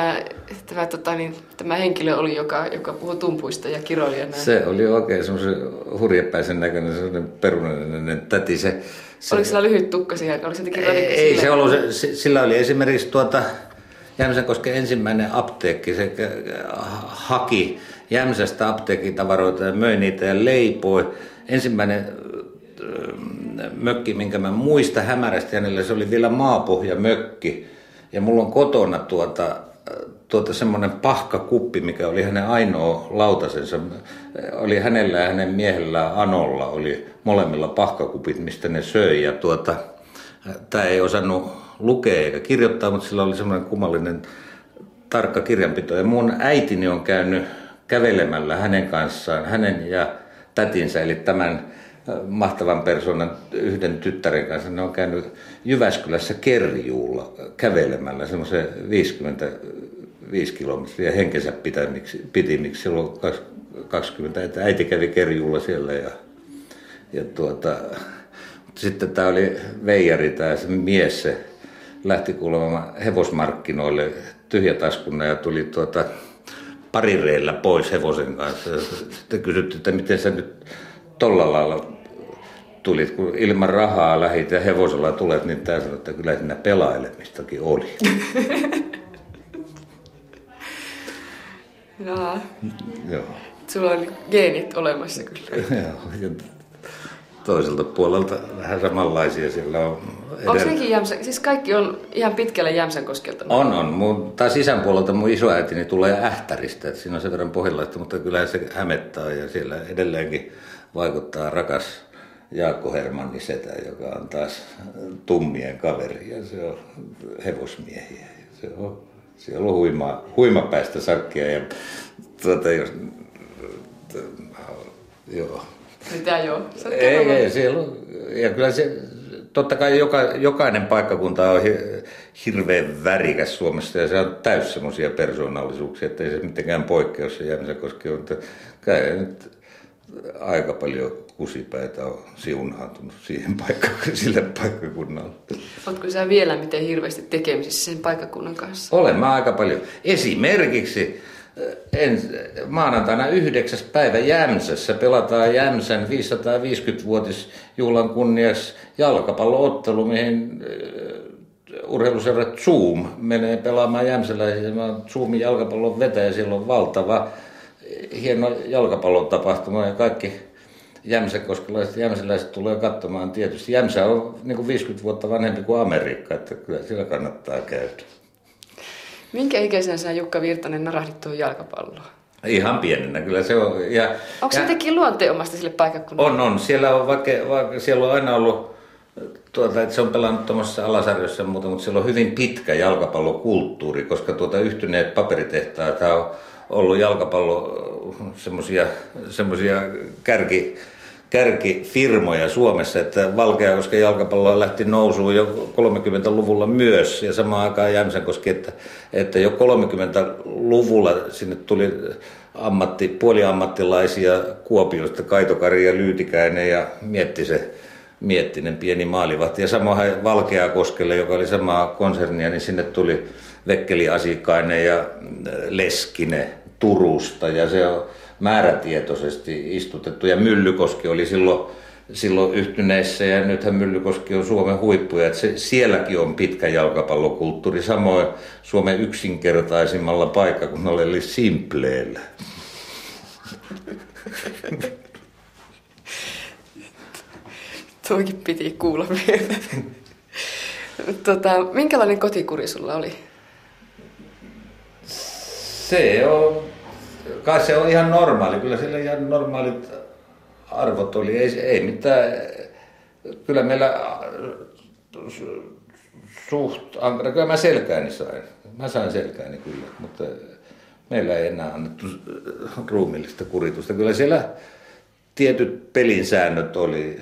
tämä henkilö oli, joka puhui tumpuista ja kiroili ja näin? Se oli oikein semmoisen hurjepäisen näköinen, semmoinen perunainen täti. Oliko sillä lyhyt tukka siihen aikaan? Ei se ollut. Sillä oli esimerkiksi Jämsänkosken ensimmäinen apteekki. Se haki Jämsästä apteekitavaroita ja möi niitä ja leipoi. Ensimmäinen mökki, minkä mä muistan hämärästi hänelle, se oli vielä maapohjamökki. Ja mulla on kotona semmoinen pahkakuppi, mikä oli hänen ainoa lautasensa. Oli hänellä ja hänen miehellään Anolla oli molemmilla pahkakupit, mistä ne söi. Ja tämä ei osannut lukea eikä kirjoittaa, mutta sillä oli semmoinen kummallinen tarkka kirjanpito. Ja mun äitini on käynyt kävelemällä hänen kanssaan, hänen ja tätinsä, eli tämän mahtavan persoonan yhden tyttären kanssa. Ne on käynyt Jyväskylässä Kerjuulla kävelemällä semmoisen 55 kilometriä henkensä pitimiksi. Silloin 20, että äiti kävi Kerjuulla siellä sitten tämä oli veijari, tämä se mies, se lähti kuulemma hevosmarkkinoille tyhjätaskuna ja tuli parireillä pois hevosen kanssa. Ja sitten kysyttiin, että miten sä nyt tolla lailla tulit, kun ilman rahaa lähit ja hevosella tulet, niin tämä sanoi, että kyllä siinä pelailemistakin oli. Jaa. Joo. Sulla oli geenit olemassa kyllä. Joo. Toiselta puolelta vähän samanlaisia siellä on. Onko nekin siis kaikki on ihan pitkälle Jämsänkoskelta? On. Taas isän puolelta mun isoäitini tulee Ähtäristä, että siinä on sen verran pohjalaista, mutta kyllähän se hämettää ja siellä edelleenkin vaikuttaa rakas Jaakko Hermanni setä, joka on taas tummien kaveri ja se on hevosmiehiä. Siellä on huimapäistä sakkia ja joo. Mitä joo? Ei, siellä on. Ja kyllä se, totta kai jokainen paikkakunta on hirveän värikäs Suomessa ja se on täys semmoisia persoonallisuuksia, että ei se mitenkään poikkeus se Jämsäkoski on. Kai nyt aika paljon kusipäitä on siunaantunut sille paikkakunnalle. Oletko sä vielä miten hirveästi tekemisissä sen paikkakunnan kanssa? Olen mä aika paljon. Esimerkiksi maanantaina 9. päivä Jämsässä pelataan Jämsän 550-vuotisjuhlan kunniaksi jalkapalloottelu, mihin urheiluseura Zoom menee pelaamaan jämsäläisiä. Mä oon Zoomin jalkapallon vetäjä, siellä on valtava hieno jalkapallotapahtuma ja kaikki jämsäkoskelaiset ja jämsäläiset tulee katsomaan tietysti. Jämsä on niin kuin 50 vuotta vanhempi kuin Amerikka, että kyllä siellä kannattaa käydä. Minkä ikäisenä sinä Jukka Virtanen narahdit tuohon jalkapalloon? Ihan pienenä kyllä se on. Onko se jotenkin luonteenomaista sille paikkakunnalle? On. Siellä on, siellä on aina ollut, että se on pelannut tuommoisessa alasarjossa ja muuta, mutta siellä on hyvin pitkä jalkapallokulttuuri, koska yhtyneet paperitehtaat on ollut jalkapallo semmoisia kärkifirmoja Suomessa, että Valkeakosken jalkapallo lähti nousuun jo 30-luvulla myös ja samaan aikaan Jämsänkoski, että jo 30-luvulla sinne tuli puoliammattilaisia Kuopiosta, Kaitokari ja Lyytikäinen ja Miettinen pieni maalivahti. Ja samoin Valkeakoskelle, joka oli samaa konsernia, niin sinne tuli Vekkeli Asikainen ja Leskinen Turusta ja se on määrätietoisesti istutettu. Ja Myllykoski oli silloin yhtyneissä ja nythän Myllykoski on Suomen huippuja. Että sielläkin on pitkä jalkapallokulttuuri. Samoin Suomen yksinkertaisimmalla paikkakunnalla eli Simpleellä. Tuokin piti kuulla vielä. Minkälainen kotikuri sulla oli? Kai se on ihan normaali. Kyllä siellä ihan normaalit arvot oli. Ei mitään. Kyllä meillä suht ankara. Kyllä mä selkääni sain. Mä sain selkääni kyllä, mutta meillä ei enää annettu ruumiillista kuritusta. Kyllä siellä tietyt pelin säännöt oli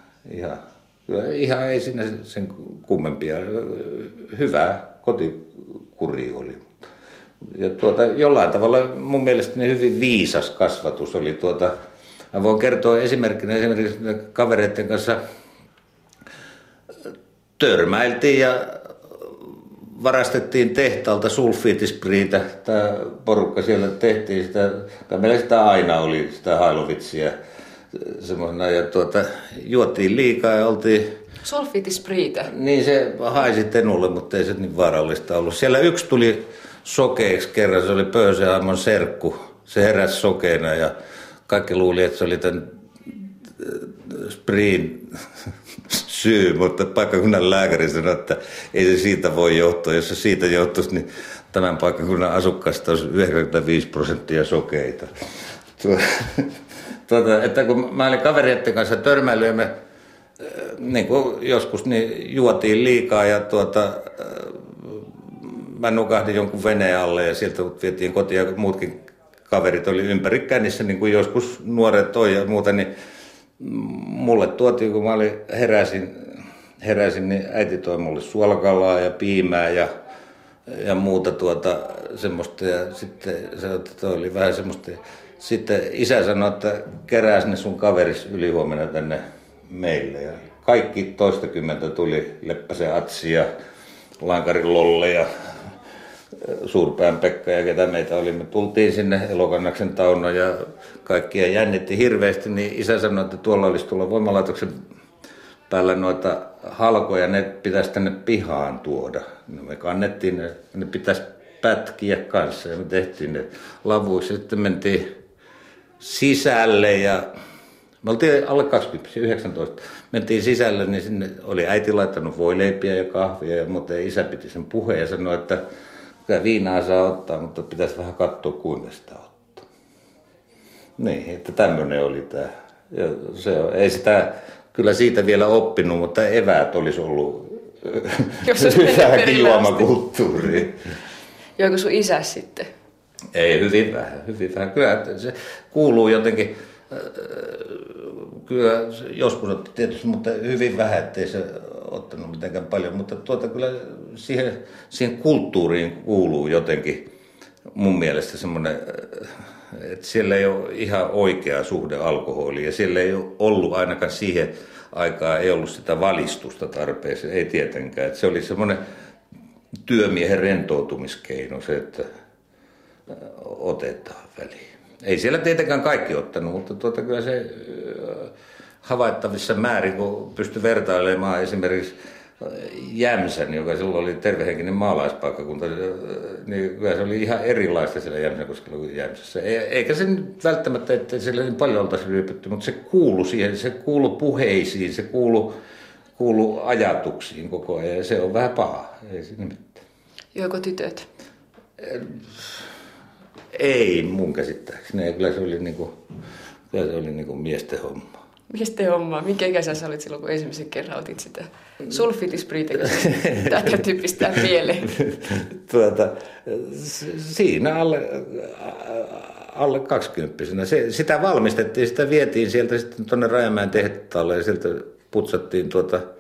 ihan ei siinä sen kummempia. Hyvä kotikuri oli. Ja jollain tavalla mun mielestäni hyvin viisas kasvatus oli mä voin kertoa esimerkiksi kavereiden kanssa törmäiltiin ja varastettiin tehtaalta sulfiitispriitä. Tämä porukka siellä tehtiin sitä, meillä sitä aina oli sitä hailovitsiä semmoisena ja juotiin liikaa ja oltiin... Sulfiitispriitä? Niin se haisi Tenulle, mutta ei se niin vaarallista ollut. Siellä yksi tuli sokeeksi kerran, se oli Pöyseaamon serkku. Se heräsi sokeena ja kaikki luuli, että se oli tämän spriin syy, mutta paikkakunnan lääkäri sanoi, että ei se siitä voi johtua. Jos se siitä johtuisi, niin tämän paikkakunnan asukkaista olisi 95% sokeita. Että kun mä olin kavereiden kanssa törmäillyt ja me niin kuin joskus niin juotiin liikaa ja mä nukahdin jonkun veneen alle ja sieltä vietiin kotiin ja muutkin kaverit oli ympäri kännissä, niin kuin joskus nuoret toi ja muuta, niin mulle tuotiin, kun mä heräsin, niin äiti toi mulle suolakalaa ja piimää ja muuta semmoista ja sitten se oli vähän semmoista. Sitten isä sanoi, että kerää sinne sun kaveris ylihuomenna tänne meille ja kaikki toistakymmentä tuli, Leppäsen Atsi ja Lankarin Lolle ja Suurpään Pekka ja ketä meitä oli. Me tultiin sinne Elokannaksen Tauno ja kaikkia jännitti hirveästi, niin isä sanoi, että tuolla olisi tulla voimalaitoksen päällä noita halkoja, ne pitäisi tänne pihaan tuoda. No me kannettiin ne pitäisi pätkiä kanssa ja me tehtiin ne lavuiksi. Sitten mentiin sisälle ja me oltiin alle 20, 19. Mentiin sisälle, niin sinne oli äiti laittanut voileipiä ja kahvia, mutta isä piti sen puheen ja sanoi, että viinaa saa ottaa, mutta pitäisi vähän katsoa, kuinka sitä ottaa. Niin, että tämmöinen oli tämä. Ei sitä kyllä siitä vielä oppinut, mutta eväät olisi ollut hyvääkin juomakulttuuria. Joiko sun isä sitten? Ei, hyvin vähän. Kyllä se kuuluu jotenkin, kyllä joskus otti tietysti, mutta hyvin vähän, ettei se ottanut mitenkään paljon. Mutta kyllä siihen kulttuuriin kuuluu jotenkin mun mielestä semmoinen, että siellä ei ole ihan oikea suhde alkoholiin. Ja siellä ei ole ollut ainakaan siihen aikaan, ei ollut sitä valistusta tarpeeseen, ei tietenkään. Että se oli semmoinen työmiehen rentoutumiskeino se, että otetaan väliin. Ei siellä tietenkään kaikki ottanut, mutta kyllä se havaittavissa määrin, kun pystyi vertailemaan esimerkiksi Jämsän, joka silloin oli tervehenkinen maalaispaikkakunta, niin kyllä se oli ihan erilaista siellä Jämsänkoskella kuin Jämsässä. Eikä se nyt välttämättä, että siellä niin paljon oltaisiin ryypätty, mutta se kuului siihen, se kuului puheisiin, se kuului ajatuksiin koko ajan ja se on vähän paha, ei siinä mitään. Joiko tytöt? Ei mun käsittääkseni, kyllä se oli niinku miesten homma. Miesten homma? Minkä ikäisenä sä olit silloin, kun ensimmäisen kerran otit sitä sulfitispriitä, kun tätä täytyy pistää mieleen? Siinä alle 20. Sitä valmistettiin, sitä vietiin sieltä sitten tuonne Rajamäen tehtaalle ja sieltä putsattiin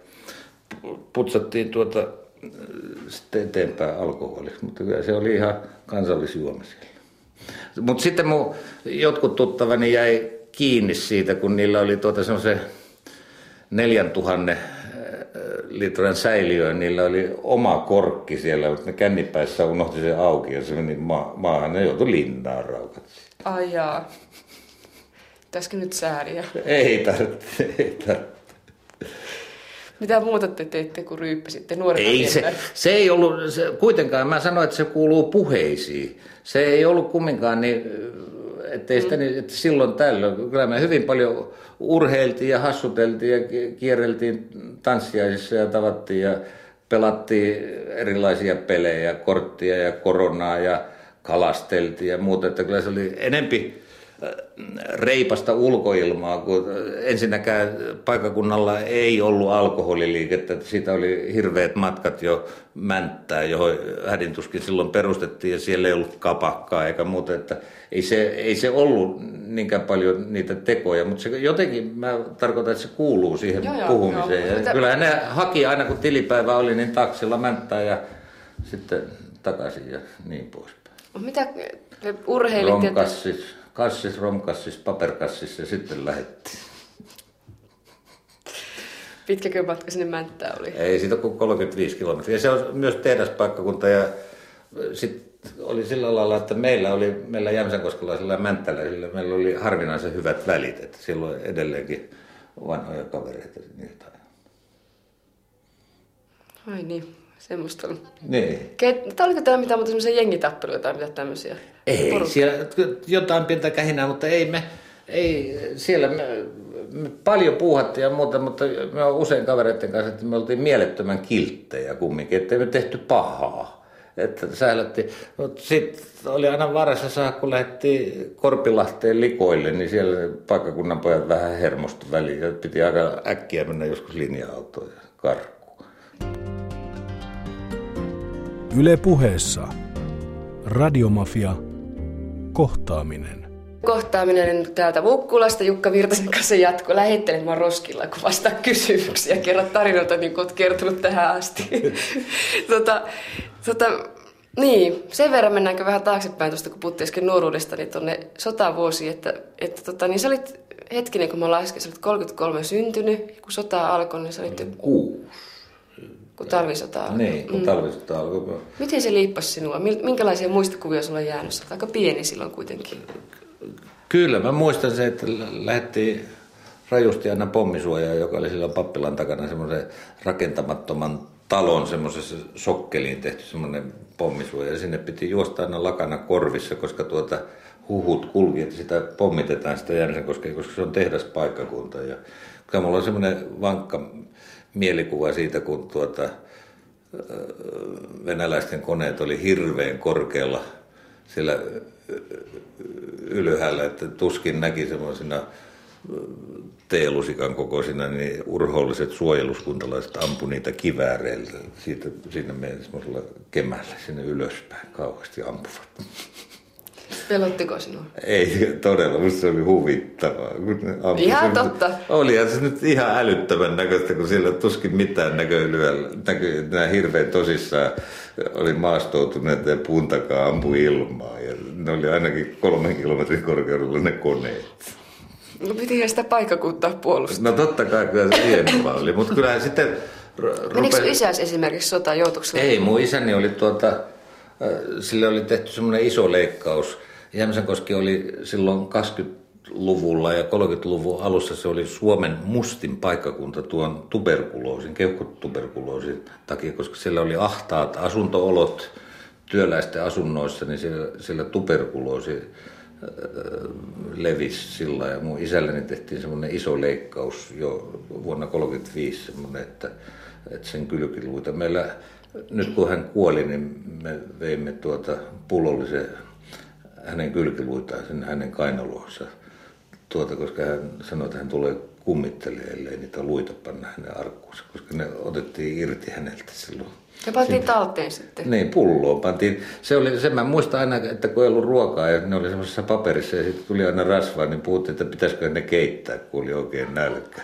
sitten eteenpäin alkoholiksi, mutta kyllä se oli ihan kansallisjuoma siellä. Mutta sitten jotkut tuttavani jäi kiinni siitä, kun niillä oli semmoisen 4000 litran säiliöön, niillä oli oma korkki siellä, mutta ne kännipäissä unohti sen auki ja se meni maahan, ne joutui linnaan raukat. Ai jaa. Pitäisikö nyt sääriä? Ei tarvitse. Mitä muuta te teitte, kun ryyppäsitte nuorena? Ei se ei ollut, kuitenkaan mä sanoin, että se kuuluu puheisiin. Se ei ollut kumminkaan niin, ettei sitä niin, että silloin tällöin. Kyllä me hyvin paljon urheiltiin ja hassuteltiin ja kierreltiin tanssiaisissa ja tavattiin ja pelattiin erilaisia pelejä, korttia ja koronaa ja kalasteltiin ja muuta. Että kyllä se oli enempi reipasta ulkoilmaa, kun ensinnäkään paikkakunnalla ei ollut alkoholiliikettä, että siitä oli hirveät matkat jo Mänttään, johon hädintuskin silloin perustettiin ja siellä ei ollut kapakkaa eikä muuta, että ei se ollut niinkään paljon niitä tekoja, mutta se jotenkin mä tarkoitan, että se kuuluu siihen puhumiseen. Ja kyllähän ne haki aina kun tilipäivä oli, niin taksilla Mänttään ja sitten takaisin ja niin poispäin. Mitä urheilit? Romkassis, paperkassis ja sitten lähdettiin. Pitkäkö matka sinne Mänttään oli? Ei, siitä on kuin 35 kilometriä. Se on myös tehdaspaikkakunta ja sitten oli sillä lailla, että meillä jämsänkoskelaisilla ja mänttäläisillä meillä oli harvinaisen hyvät välit, että silloin edelleenkin vanhoja kavereita. Ai niin. Semmoista oli. Niin. Oliko täällä mitään muuta semmoisia jengitappeluja tai mitään tämmöisiä? Ei, siellä jotain pientä kähinää, mutta siellä me paljon puuhattiin ja muuta, mutta me on usein kavereiden kanssa, että me oltiin mielettömän kilttejä kumminkin, ettei me tehty pahaa. Että säilättiin. Mutta sitten oli aina varassa saada, kun lähdettiin Korpilahteen likoille, niin siellä paikkakunnan pojat vähän hermostu väliin ja piti aika äkkiä mennä joskus linja-autoon ja karkuun. Yle Puheessa. Radiomafia. Kohtaaminen. Kohtaaminen täältä Mukkulasta Jukka Virtasen kanssa jatkuu. Lähettelet mua roskilla, kun vastaa kysymyksiä. Kerrot tarinoita, niin kuin olet kertonut tähän asti. Niin, sen verran mennäänkö vähän taaksepäin tuosta, kun puhuttiin äsken nuoruudesta, niin tuonne sotavuosiin, niin sä olit hetkinen, kun mä laskin, sä olit 33 syntynyt, kun sota alkoi, niin sä olit 6. Kun talvisota alkoi. Niin, kun talvisota alkoi. Miten se liippasi sinua? Minkälaisia muistikuvia sulla on jäänyt? Sä olet aika pieni silloin kuitenkin. Kyllä, mä muistan se, että lähdettiin rajusti aina pommisuojaan, joka oli silloin pappilan takana semmoisen rakentamattoman talon semmoisessa sokkeliin tehty semmoinen pommisuoja. Ja sinne piti juosta aina lakana korvissa, koska huhut kulki, että sitä pommitetaan sitä Jämsänkoskea, koska se on tehdaspaikkakunta. Ja kyllä mulla on semmoinen vankka mielikuva siitä, kun venäläisten koneet oli hirveän korkealla siellä ylhäällä, että tuskin näki semmoisina teelusikan kokoisina, niin urhoolliset suojeluskuntalaiset ampui niitä kivääreillä. Siinä meidän semmoisella kemällä sinne ylöspäin kauheasti ampuvat. Pelottiko sinua? Ei todella, musta se oli huvittavaa. Ihan totta. Olihan se nyt ihan älyttömän näköistä, kun siellä tuskin mitään näköilyä. Nämä hirveän tosissaan oli maastoutuneet ja puun takaa ampui ilmaa. Ja ne oli ainakin 3 kilometrin korkeudella ne koneet. No pitihän sitä paikkakuntaa puolustaa. No totta kai kyllä se hienoa oli, mutta kyllähän sitten... Menikö isäsi esimerkiksi sotaan, joutuiko? Ei, mun isäni oli sille oli tehty semmoinen iso leikkaus. Jämsänkoski oli silloin 20-luvulla ja 30-luvun alussa se oli Suomen mustin paikkakunta tuon keuhkotuberkuloosin takia, koska siellä oli ahtaat asuntoolot työläisten asunnoissa, niin siellä tuberkuloosi levisi sillä. Ja mun isälleni tehtiin semmoinen iso leikkaus jo vuonna 1935, semmoinen, että sen kylkiluita. Meillä, nyt kun hän kuoli, niin me veimme pullollisen hänen kylkiluitaan sen hänen kainaloonsa, koska hän sanoi, että hän tulee kummittelemaan, ellei niitä luita panna hänen arkkuunsa, koska ne otettiin irti häneltä silloin. Ja pantiin talteen sitten? Niin, pulloon pantiin. Sen mä muistan aina, että kun ei ollut ruokaa ja ne oli semmoisessa paperissa ja sitten tuli aina rasvaa, niin puhuttiin, että pitäisikö ne keittää, kun oli oikein nälkä.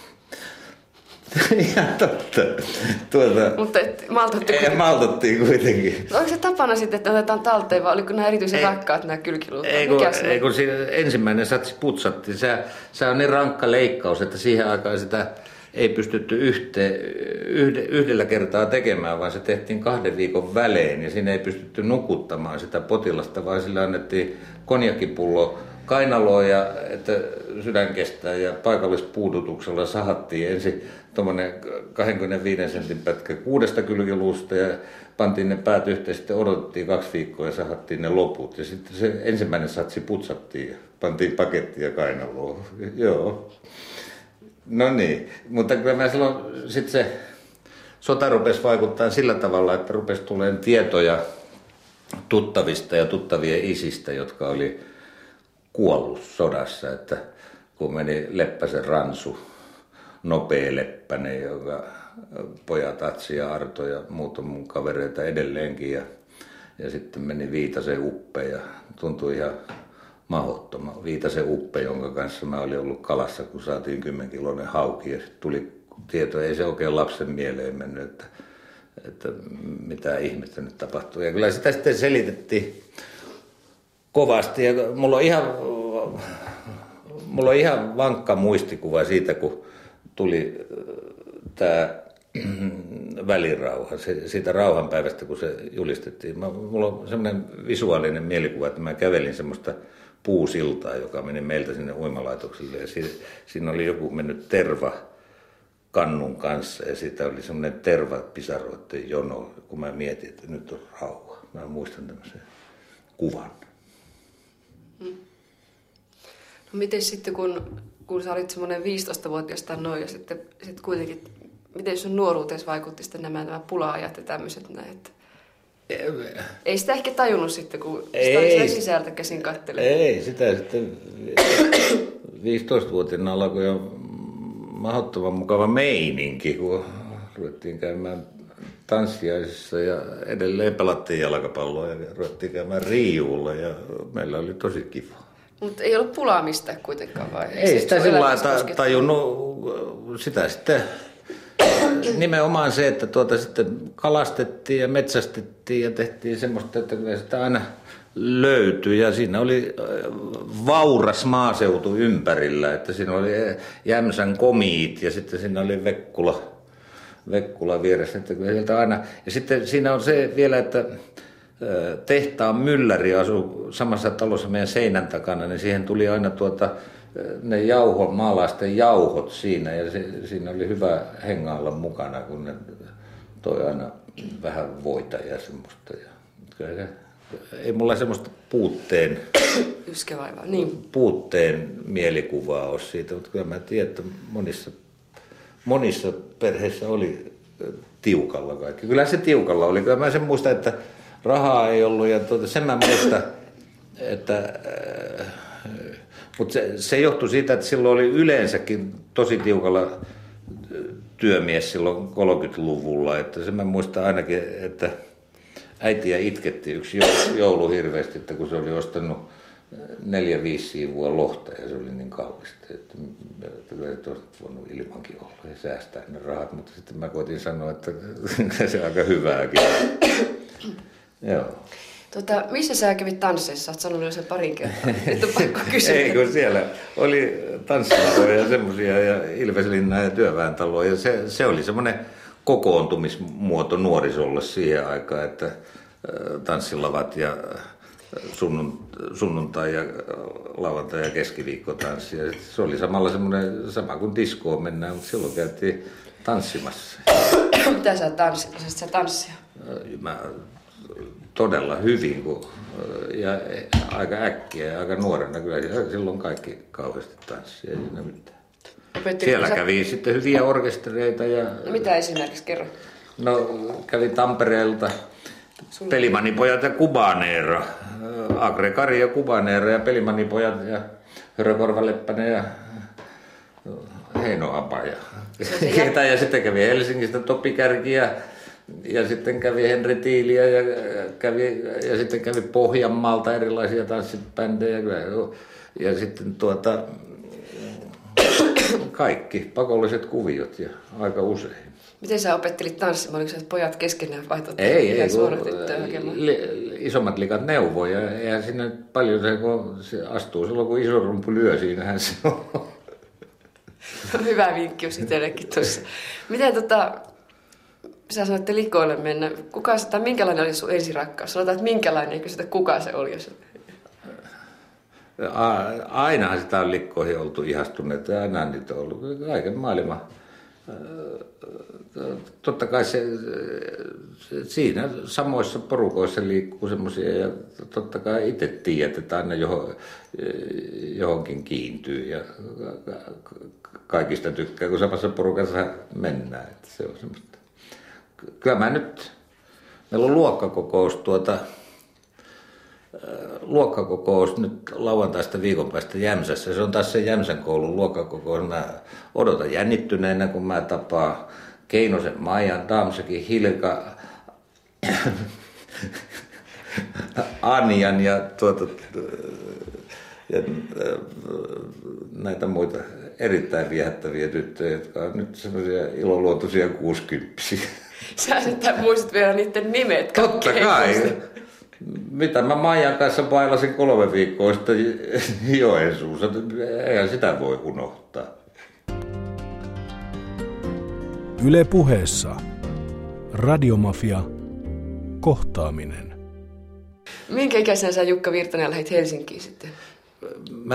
Ihan totta. Mutta maltattiin kuitenkin. Onko se tapana sitten, että otetaan talteen, vai oliko nämä erityisen rakkaat nämä kylkiluut? Ei kun ensimmäinen satsi putsattiin. Se on niin rankka leikkaus, että siihen aikaan sitä ei pystytty yhdellä kertaa tekemään, vaan se tehtiin 2 viikon välein ja siinä ei pystytty nukuttamaan sitä potilasta, vaan sillä annettiin konjakipullo kainaloon ja että sydän kestää ja paikallispuudutuksella sahattiin ensin tuommoinen 25 sentin pätkä 6 kylkiluusta ja pantiin ne päät yhteen, sitten odotettiin 2 viikkoa ja sahattiin ne loput ja sitten se ensimmäinen satsi putsattiin ja pantiin pakettia kainaloon. Joo. No niin, mutta kyllä mä silloin sitten se sota rupesi vaikuttaa sillä tavalla, että rupesi tulemaan tietoja tuttavista ja tuttavien isistä, jotka oli kuollut sodassa, että kun meni Leppäsen Ransu, nopea Leppänen, joka pojat Atsi ja Arto ja muut on mun kavereita edelleenkin ja sitten meni Viitasen Uppe ja tuntui ihan mahdottoman. Viitasen Uppe, jonka kanssa mä olin ollut kalassa, kun saatiin 10-kiloinen hauki ja sitten tuli tieto, ei se oikein lapsen mieleen mennyt, että mitä ihmettä nyt tapahtuu. Ja kyllä sitä sitten selitettiin kovasti ja mulla on ihan vankka muistikuva siitä, kun tuli tämä välirauha, siitä rauhanpäivästä, kun se julistettiin. Mulla on semmoinen visuaalinen mielikuva, että mä kävelin semmoista puusiltaa, joka meni meiltä sinne uimalaitokselle. Ja siinä oli joku mennyt terva kannun kanssa ja siitä oli semmoinen tervapisaroiden jono, kun mä mietin, että nyt on rauha. Mä muistan tämmöisen kuvan. No miten sitten, kun sä olit semmoinen 15-vuotias tai noin ja sitten kuitenkin, miten sun nuoruuteesi vaikutti sitten tämä pula-ajat ja tämmöiset näin? Ei sitä ehkä tajunnut sitten, kun sitä oli siellä sisältä käsin katselemaan. Ei, sitä sitten 15-vuotiaana alkoi jo mahdottoman mukava meininki, kun ruvettiin käymään tanssiaisissa ja edelleen pelattiin jalkapalloa ja ruvettiin käymään riiuulla ja meillä oli tosi kiva. Mutta ei ollut pulaamista kuitenkaan vai? Ei sitä sillä lailla tajunnut. Sitä sitten nimenomaan se, että sitten kalastettiin ja metsästettiin ja tehtiin semmoista, että sitä aina löytyi ja siinä oli vauras maaseutu ympärillä, että siinä oli Jämsän komiit ja sitten siinä oli Vekkula vieressä, että sieltä aina. Ja sitten siinä on se vielä, että tehtaan mylläri asui samassa talossa meidän seinän takana, niin siihen tuli aina ne maalaisten jauhot siinä ja siinä oli hyvä hengailla mukana, kun ne toi aina vähän voita ja semmoista. Ei mulla semmoista puutteen mielikuvaa ole siitä, mutta kyllä mä tiedän, että monissa perheissä oli tiukalla kaikki. Kyllä se tiukalla oli. Kyllä mä sen muistan, että rahaa ei ollut ja sen mä muistan, että mutta se johtui siitä, että silloin oli yleensäkin tosi tiukalla työmies silloin 30-luvulla. Että sen mä muistan ainakin, että äitiä itketti yksi joulu hirveästi, että kun se oli ostanut 4-5 siivua lohta ja se oli niin kallista, että et olisi voinut ilmankin olla ja säästää ne rahat. Mutta sitten mä koitin sanoa, että se on aika hyvääkin. Joo. Missä sä kävit tansseissa? Olet sanonut jo sen parin kertaa. Et on pakko kysyä. Ei, kun siellä oli tanssilahoja ja semmoisia ja Ilveslinnaa ja työväentaloa. Ja se oli semmoinen kokoontumismuoto nuorisolle siihen aikaan, että tanssilavat ja sunnuntai ja lauantai ja keskiviikko tanssi. Ja se oli sama kuin diskoon mennään, mutta silloin käytiin tanssimassa. Mitä sä tanssit? Osasit sä tanssia? Mä todella hyvin ja aika äkkiä ja aika nuorena. Kyllä silloin kaikki kauheasti tanssia, ei siinä mitään. Siellä kävi sitten hyviä orkestereita. No mitä esimerkiksi kerro? No kävi Tampereelta Pelimanipojat ja Kubaneero. Agregari ja Kubaneero ja Pelimanipojat ja Hörökorva Leppänen ja Heino Apaja. Ja sitten kävi Helsingistä Topi Kärki ja sitten kävi Henri Tiiliä ja sitten kävi Pohjanmaalta erilaisia tanssipändejä ja sitten kaikki pakolliset kuviot ja aika usein. Miten sä opettelit tanssimaan? Oliko se pojat keskenään vai ei isommat likat neuvoi ja eihän siinä paljon se astuu silloin kun iso rumpu lyö, siinähän se on. Hyvä vinkki itsellekin tuossa. Miten sä sanoitte likoille mennä. Minkälainen oli sun ensirakkaus? Sanotaan, että minkälainen, eikö sitä kuka se oli? Ainahan sitä on likkoihin oltu ihastuneet ja aina niitä on ollut kaiken maailman. Totta kai siinä samoissa porukoissa liikkuu semmoisia ja totta kai itse tiedät, että aina johonkin kiintyy ja kaikista tykkää, kun samassa porukassa mennään. Että se on semmoista. Kyllä meillä on luokkakokous luokkakokous nyt lauantaista viikon päästä Jämsässä. Se on taas se Jämsän koulun luokkakokous. Mä odotan jännittyneenä, kun mä tapaan Keinosen Maijan, Damsekin Hilka, Anjan ja näitä muita erittäin viehättäviä tyttöjä, jotka on nyt semmoisia iloluotuisia 60-vuotiaita. Sä sitten muistat vielä niiden nimet. Totta kai. Mitä mä Maijan kanssa bailasin 3 viikkoa sitten Joensuussa. Eihän sitä voi unohtaa. Yle Puheessa. Radiomafia. Kohtaaminen. Minkä ikäisenä sä Jukka Virtanen lähdit Helsinkiin sitten? Mä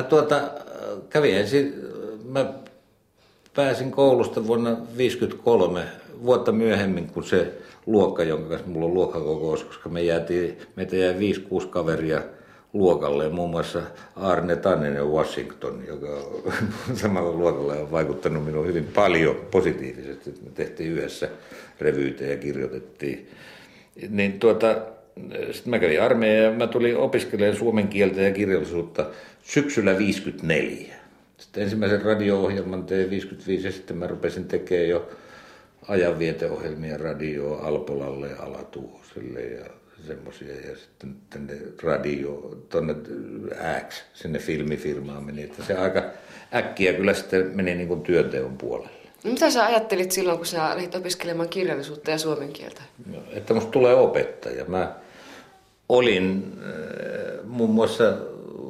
mä pääsin koulusta vuonna 1953, vuotta myöhemmin kuin se luokka, jonka kanssa mulla on luokkakokous, koska meitä jäi 5-6 kaveria luokalle, muun muassa Arne Tanninen Washington, joka samalla luokalla on vaikuttanut minuun hyvin paljon positiivisesti. Me tehtiin yhdessä revyytä ja kirjoitettiin. Niin sitten mä kävin armeijan ja mä tulin opiskelemaan suomen kieltä ja kirjallisuutta syksyllä 1954. Sitten ensimmäisen radio-ohjelman tein 1955 ja sitten mä rupesin tekemään jo ajanvieteohjelmia radioon Alpolalle ja Alatuhoselle ja semmoisia. Ja sitten tuonne X, sinne filmifirmaan meni. Että se aika äkkiä kyllä sitten meni niin kuin työnteon puolelle. No, mitä sä ajattelit silloin, kun sä lähdit opiskelemaan kirjallisuutta ja suomen kieltä? No, että musta tulee opettaja. Mä olin muun muassa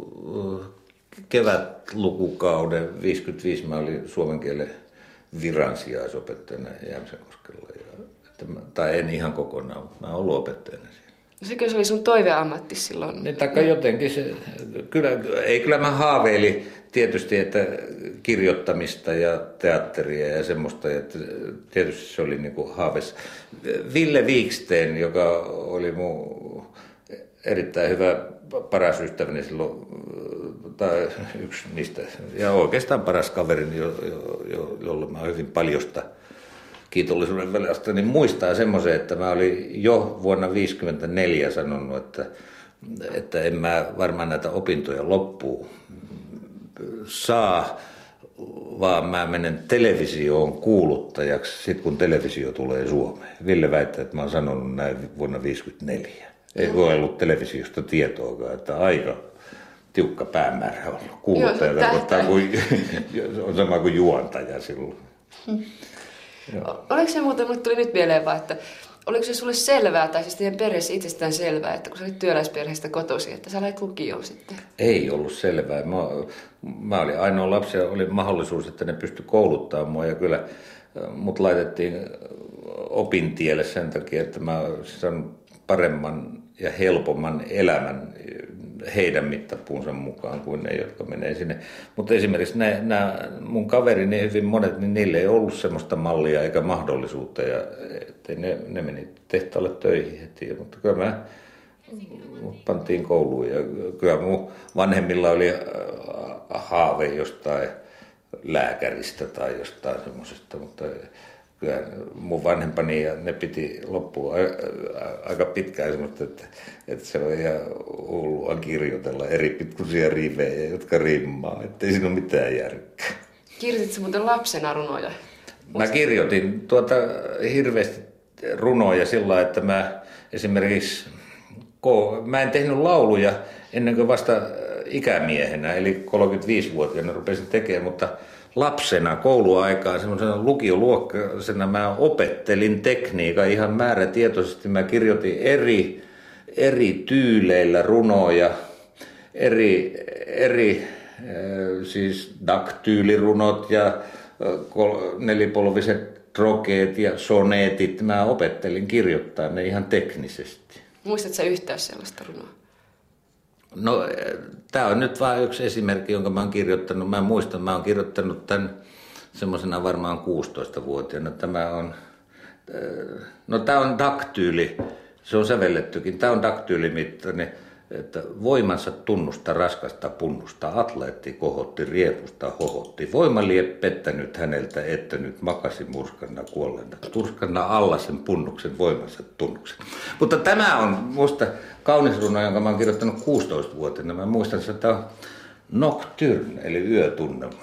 kevätlukukauden 1955 mä olin suomen kielen viransijaisopettajana Jämsänkoskella. Tai en ihan kokonaan, mutta mä oon ollut opettajana siellä. No sekö se oli sun toiveammatti silloin? Niin, taikka jotenkin se, kyllä mä haaveilin tietysti, että kirjoittamista ja teatteria ja semmoista, että tietysti se oli niinku haaveissa. Ville Wiksten, joka oli mun erittäin hyvä paras ystäväni silloin, tai yksi niistä, ja oikeastaan paras kaverini, jolle mä hyvin paljosta kiitollisuuden velasta, niin muistaa semmoisen, että mä olin jo vuonna 1954 sanonut, että en mä varmaan näitä opintoja loppuun saa, vaan mä menen televisioon kuuluttajaksi sit kun televisio tulee Suomeen. Ville väittää, että mä oon sanonut näin vuonna 1954. Ei voi ollut televisiosta tietoakaan, että aika tiukka päämäärä on. Kuuluttaja tarkoittaa, on sama kuin juontaja silloin. Oliko se muuten, mulle tuli nyt mieleen vaan, että oliko se sulle selvää, tai siis teidän perheessä itsestään selvää, että kun sä olit työläisperheestä kotoisin, että sä lähdet lukioon sitten? Ei ollut selvää. Mä olin ainoa lapsi ja oli mahdollisuus, että ne pystyi kouluttamaan mua ja kyllä mut laitettiin opintielle sen takia, että mä sain paremman ja helpomman elämän heidän mittapuunsa mukaan kuin ne, jotka menee sinne. Mutta esimerkiksi nämä mun kaverini, hyvin monet, niin niille ei ollut semmoista mallia eikä mahdollisuutta. Ja ne meni tehtaalle töihin heti. Mutta kyllä mut pantiin kouluun. Ja kyllä mun vanhemmilla oli haave jostain lääkäristä tai jostain semmoisesta. Mutta kyllä mun vanhempani ja ne piti loppuun aika pitkään semmoista, että se on ihan hullua kirjoitella eri pitkuisia rivejä, jotka rimmaa, ettei siinä ole mitään järkeä. Kirjoititko muuten lapsena runoja? Mä kirjoitin hirveästi runoja sillä lailla, että mä esimerkiksi, mä en tehnyt lauluja ennen kuin vasta ikämiehenä, eli 35-vuotiaana rupesin tekemään, mutta lapsena kouluaikaan semmoisena lukioluokkasena mä opettelin tekniikan ihan määrätietoisesti. Mä kirjoitin eri tyyleillä runoja, siis daktyylirunot ja nelipolviset trokeet ja soneetit. Mä opettelin kirjoittaa ne ihan teknisesti. Muistatko sä yhtään sellaista runoa? No, tämä on nyt vain yksi esimerkki, jonka mä oon kirjoittanut. Mä muistan, mä oon kirjoittanut tämän semmoisena varmaan 16-vuotiaana. Tämä on daktyyli, se on sävellettykin. Tämä on daktyylimittainen että voimansa tunnusta raskasta punnusta, atleetti kohotti, riepusta hohotti. Voima lie pettänyt häneltä, että nyt makasi murskana kuolleena. Turskana alla sen punnuksen voimansa tunnuksen. Mutta tämä on musta kaunis runo, jonka mä oon kirjoittanut 16-vuotiaana. Mä muistan, että tämä on nocturne, eli yötunnelma.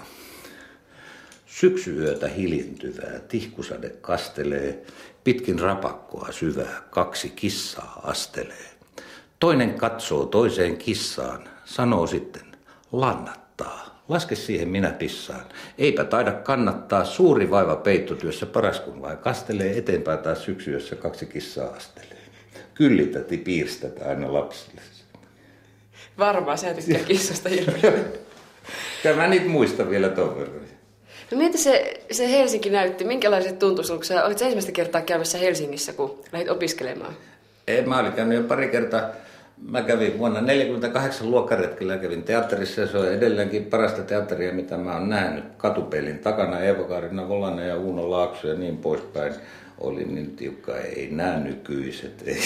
Syksyyötä hiljentyvää, tihkusade kastelee, pitkin rapakkoa syvää, 2 kissaa astelee. Toinen katsoo toiseen kissaan, sanoo sitten, lannattaa, laske siihen minä pissaan. Eipä taida kannattaa, suuri vaiva peittotyössä, paras kun vain kastelee, eteenpäin taas syksyyössä 2 kissaa astelee. Kyllitäti piirstetä aina lapsille. Varmaan, sä tykkää kissasta hirveästi. Ja mä niitä muistan vielä ton verran. No miltä se Helsinki näytti? Minkälaiset tuntui sinulla, kun olit ensimmäistä kertaa käymässä Helsingissä, kun lähdit opiskelemaan? Mä olin käynyt jo pari kertaa. Mä kävin vuonna 1948 luokkaretkellä, kävin teatterissa ja se on edelleenkin parasta teatteria, mitä mä oon nähnyt. Katupeilin takana Eeva-Kaarina Volanen ja Uuno Laakso ja niin poispäin. Oli niin tiukka, ei nämä nykyiset, ei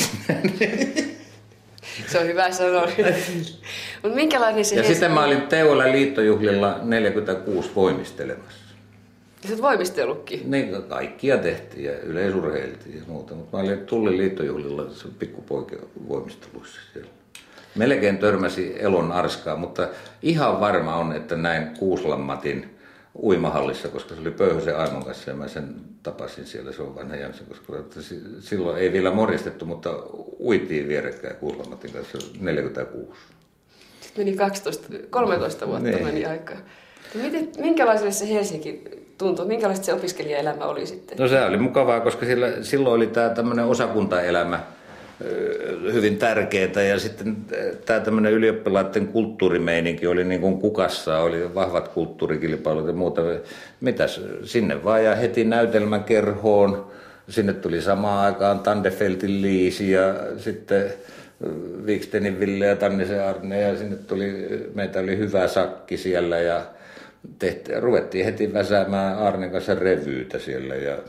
Se on hyvä sanoa. Mutta minkälainen se ja Helsinki? sitten mä olin Teuolan liittojuhlilla 46 voimistelemassa. Ja sä oot voimistellutkin? Niin, kaikkia tehtiin ja yleisurheiltiin ja muuta, mutta mä olin Tullin liittojuhlilla pikkupoikien voimisteluissa siellä. Melkein törmäsi Elon arskaa, mutta ihan varma on, että näin Kuuslan Matin uimahallissa, koska se oli Pöyhösen Aimon kanssa ja mä sen tapasin siellä, se on vanha Jansen, koska silloin ei vielä moristettu, mutta uitiin vierekkäin Kuuslan Matin kanssa 46. Sitten meni 13 vuotta niin. meni aikaa. Minkälaiselle se Helsinki tuntui? Minkälaista se opiskelijaelämä oli sitten? No se oli mukavaa, koska silloin oli tämä tämmöinen osakuntaelämä hyvin tärkeää ja sitten tämä tämmöinen ylioppilaiden kulttuurimeininki oli niin kuin kukassa, oli vahvat kulttuurikilpailut ja muuta. Mitäs sinne vaan ja heti näytelmäkerhoon, sinne tuli samaan aikaan Tandefeltin Liisi ja sitten Vikstenin Ville ja Tannisen Arne ja sinne meitä oli hyvä sakki siellä ja ruvettiin heti väsäämään Arnen kanssa revyytä siellä ja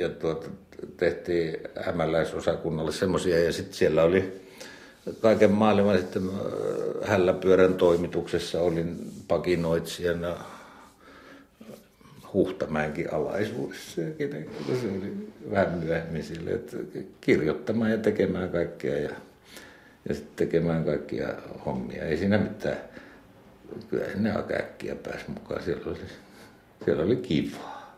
tehtiin hämäläisosakunnalle semmoisia ja sitten siellä oli kaiken maailman sitten Hälläpyörän toimituksessa olin pakinoitsijana Huhtamäenkin alaisuudessa se oli vähän myöhemmin sille, että kirjoittamaan ja tekemään kaikkea ja sitten tekemään kaikkia hommia. Ei siinä mitään. Kyllä sinne aika äkkiä pääsi mukaan. Siellä oli kivaa.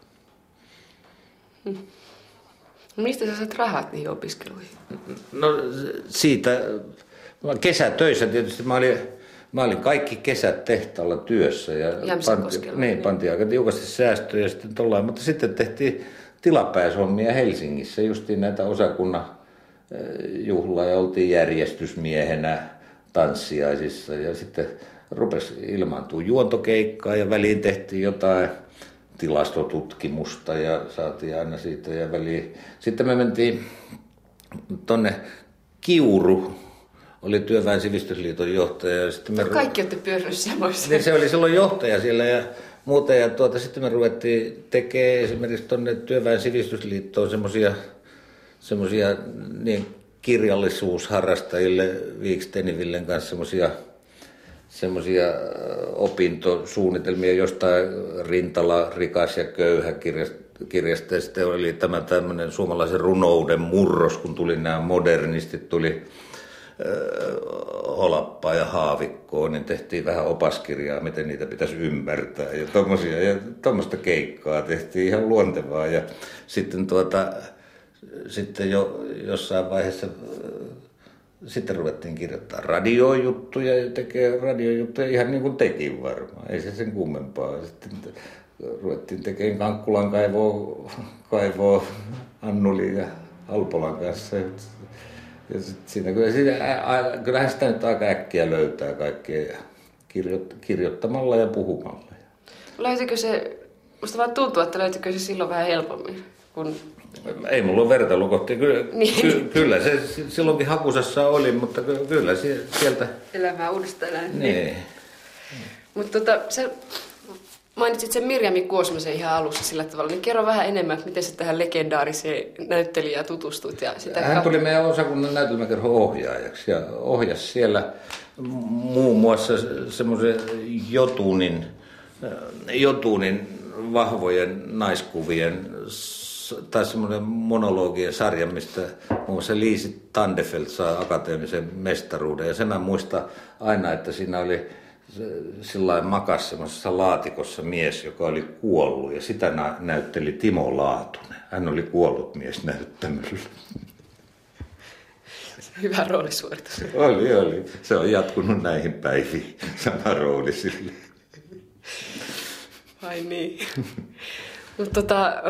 Mistä sä saat rahat niihin opiskeluihin? No siitä, kesätöissä tietysti mä olin kaikki kesät tehtaalla työssä. Pantiin aika tiukasti säästöjä sitten tollain, mutta sitten tehtiin tilapäishommia Helsingissä, justiin näitä osakunnan juhlaa ja oltiin järjestysmiehenä tanssiaisissa ja sitten rupesi ilmaantua juontokeikkaa ja väliin tehtiin jotain tilastotutkimusta ja saatiin aina siitä ja väliin. Sitten me mentiin tonne Kiuru, oli Työväen Sivistysliiton johtaja. Ja sitten kaikki olette pyörinyt samoissa. Niin se oli silloin johtaja siellä ja muuta ja sitten me ruvettiin tekemään esimerkiksi tonne Työväen Sivistysliittoon semmoisia niin kirjallisuusharrastajille Vikstenin Villen kanssa semmoisia opintosuunnitelmia jostain Rintala, Rikas ja köyhä kirjasta. Ja sitten oli tämä tämmöinen suomalaisen runouden murros, kun tuli nämä modernistit, tuli Holappaa ja Haavikkoa, niin tehtiin vähän opaskirjaa, miten niitä pitäisi ymmärtää. Ja tuommoista keikkaa tehtiin ihan luontevaa. Ja sitten jo jossain vaiheessa sitten ruvettiin kirjoittaa radiojuttuja ja tekee radiojuttuja ihan niin kuin tekin varmaan. Ei se sen kummempaa. Sitten ruvettiin tekemään Kankkulan kaivoa Annuli ja Alpolan kanssa. Ja sitten kyllähän sitä nyt aika äkkiä löytää kaikkea kirjoittamalla ja puhumalla. Löytyykö se, musta vaan tuntuu, että löytyykö se silloin vähän helpommin, kun... Ei mulla ole vertailukohtia. Kyllä se silloinkin hakusassa oli, mutta kyllä sieltä... Elämää uudestaan elänyt. Niin. Mutta Mainitsit sen Mirjami Kuosmasen ihan alussa sillä tavalla, niin kerro vähän enemmän, että miten sä tähän legendaariseen näyttelijään tutustut. Ja sitä Hän tuli meidän osakunnan näytelmäkerhon ohjaajaksi ja ohjasi siellä muun muassa semmoisen Jotunin vahvojen naiskuvien tai semmoinen monologien sarja, mistä muun muassa Liisi Tandefeld saa akateemisen mestaruuden. Ja sen mä muistan aina, että siinä oli sillain makas semmoisessa laatikossa mies, joka oli kuollut, ja sitä näytteli Timo Laatunen. Hän oli kuollut mies näyttämöllä. Hyvä roolisuoritus. Oli. Se on jatkunut näihin päiviin, sama rooli sille. Vai niin. Mutta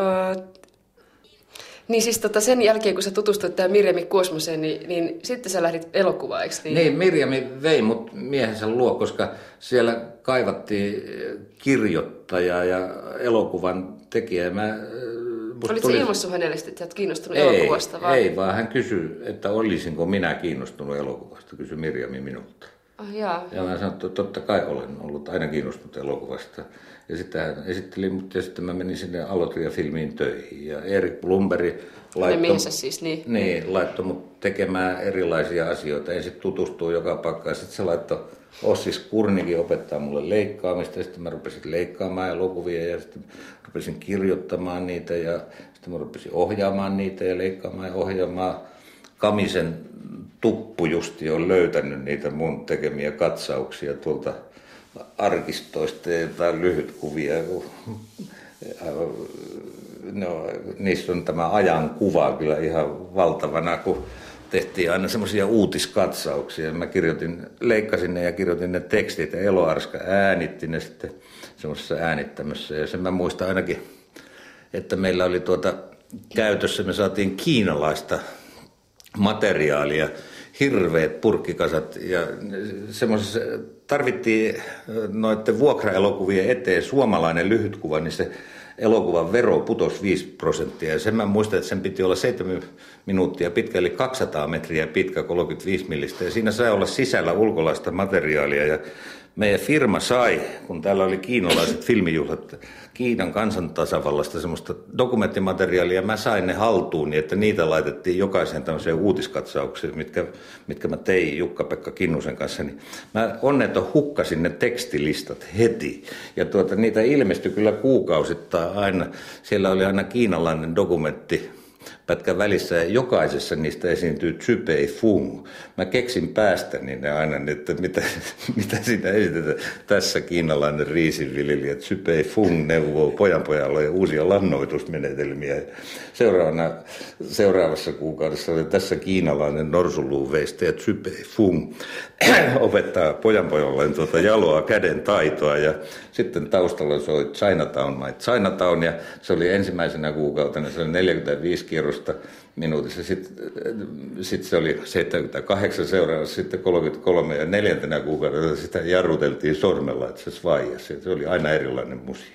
niin siis sen jälkeen, kun sä tutustuit tähän Mirjami Kuosmaseen, niin sitten sä lähdit elokuvaan, eikö niin? Niin, Mirjami vei mut miehensä luo, koska siellä kaivattiin kirjoittajaa ja elokuvan tekijää. Olitko sä ilmaissut hänelle, että sä oot kiinnostunut elokuvasta? Vai? Ei, vaan hän kysyi, että olisinko minä kiinnostunut elokuvasta, kysyi Mirjami minulta. Ja mä sanoin, että totta kai olen ollut aina kiinnostunut elokuvasta. Ja sitten hän esitteli mut ja sitten mä menin sinne Allotria-filmiin töihin. Ja Erik Blomberg laittoi mut tekemään erilaisia asioita. Ensin tutustuu joka paikkaan. Sitten se laittoi Ossis Kurnikin opettaa mulle leikkaamista. Ja sitten mä rupesin leikkaamaan elokuvia ja sitten rupesin kirjoittamaan niitä. Ja sitten mä rupesin ohjaamaan niitä ja leikkaamaan ja ohjaamaan. Kamisen Tuppu justi on löytänyt niitä mun tekemiä katsauksia tuolta arkistoista tai lyhytkuvia. No, niissä on tämä ajankuva kyllä ihan valtavana, kun tehtiin aina semmoisia uutiskatsauksia. Mä leikkasin ne ja kirjoitin ne tekstit ja Elo Arska äänitti ne sitten semmoisessa äänittämässä. Ja sen mä muistan ainakin, että meillä oli käytössä, me saatiin kiinalaista materiaalia, hirveät purkkikasat ja semmoisessa tarvittiin noiden vuokraelokuvien eteen suomalainen lyhytkuva, niin se elokuvan vero putosi 5%. Ja sen mä muistan, että sen piti olla 7 minuuttia pitkä, eli 200 metriä pitkä, 35 millistä. Ja siinä sai olla sisällä ulkolaista materiaalia. Ja meidän firma sai, kun täällä oli kiinalaiset filmijuhlat Kiinan kansantasavallasta semmoista dokumenttimateriaalia, mä sain ne haltuun niin, että niitä laitettiin jokaiseen tämmöiseen uutiskatsaukseen, mitkä mä tein Jukka-Pekka Kinnusen kanssa. Niin mä onneton hukkasin ne tekstilistat heti. Ja niitä ilmestyi kyllä kuukausittain aina. Siellä oli aina kiinalainen dokumentti pätkän välissä ja jokaisessa niistä esiintyy Tsypei Fung. Mä keksin päästäni ne aina, että mitä siinä esitetään. Tässä kiinalainen riisinviljelijä Tsypei Fung neuvoo pojanpojalle uusia lannoitusmenetelmiä. Seuraavassa kuukaudessa oli tässä kiinalainen norsuluunveistäjä Tsypei Fung opettaa pojanpojalle jaloa käden taitoa ja sitten taustalla soi Chinatown My Chinatown ja se oli ensimmäisenä kuukautena, se oli 45 kierrosta minuutissa, sitten se oli 78 seuraavassa, sitten 33 ja 4. kuukaudessa sitä jarruteltiin sormella, että se svaijasi, se oli aina erilainen museo.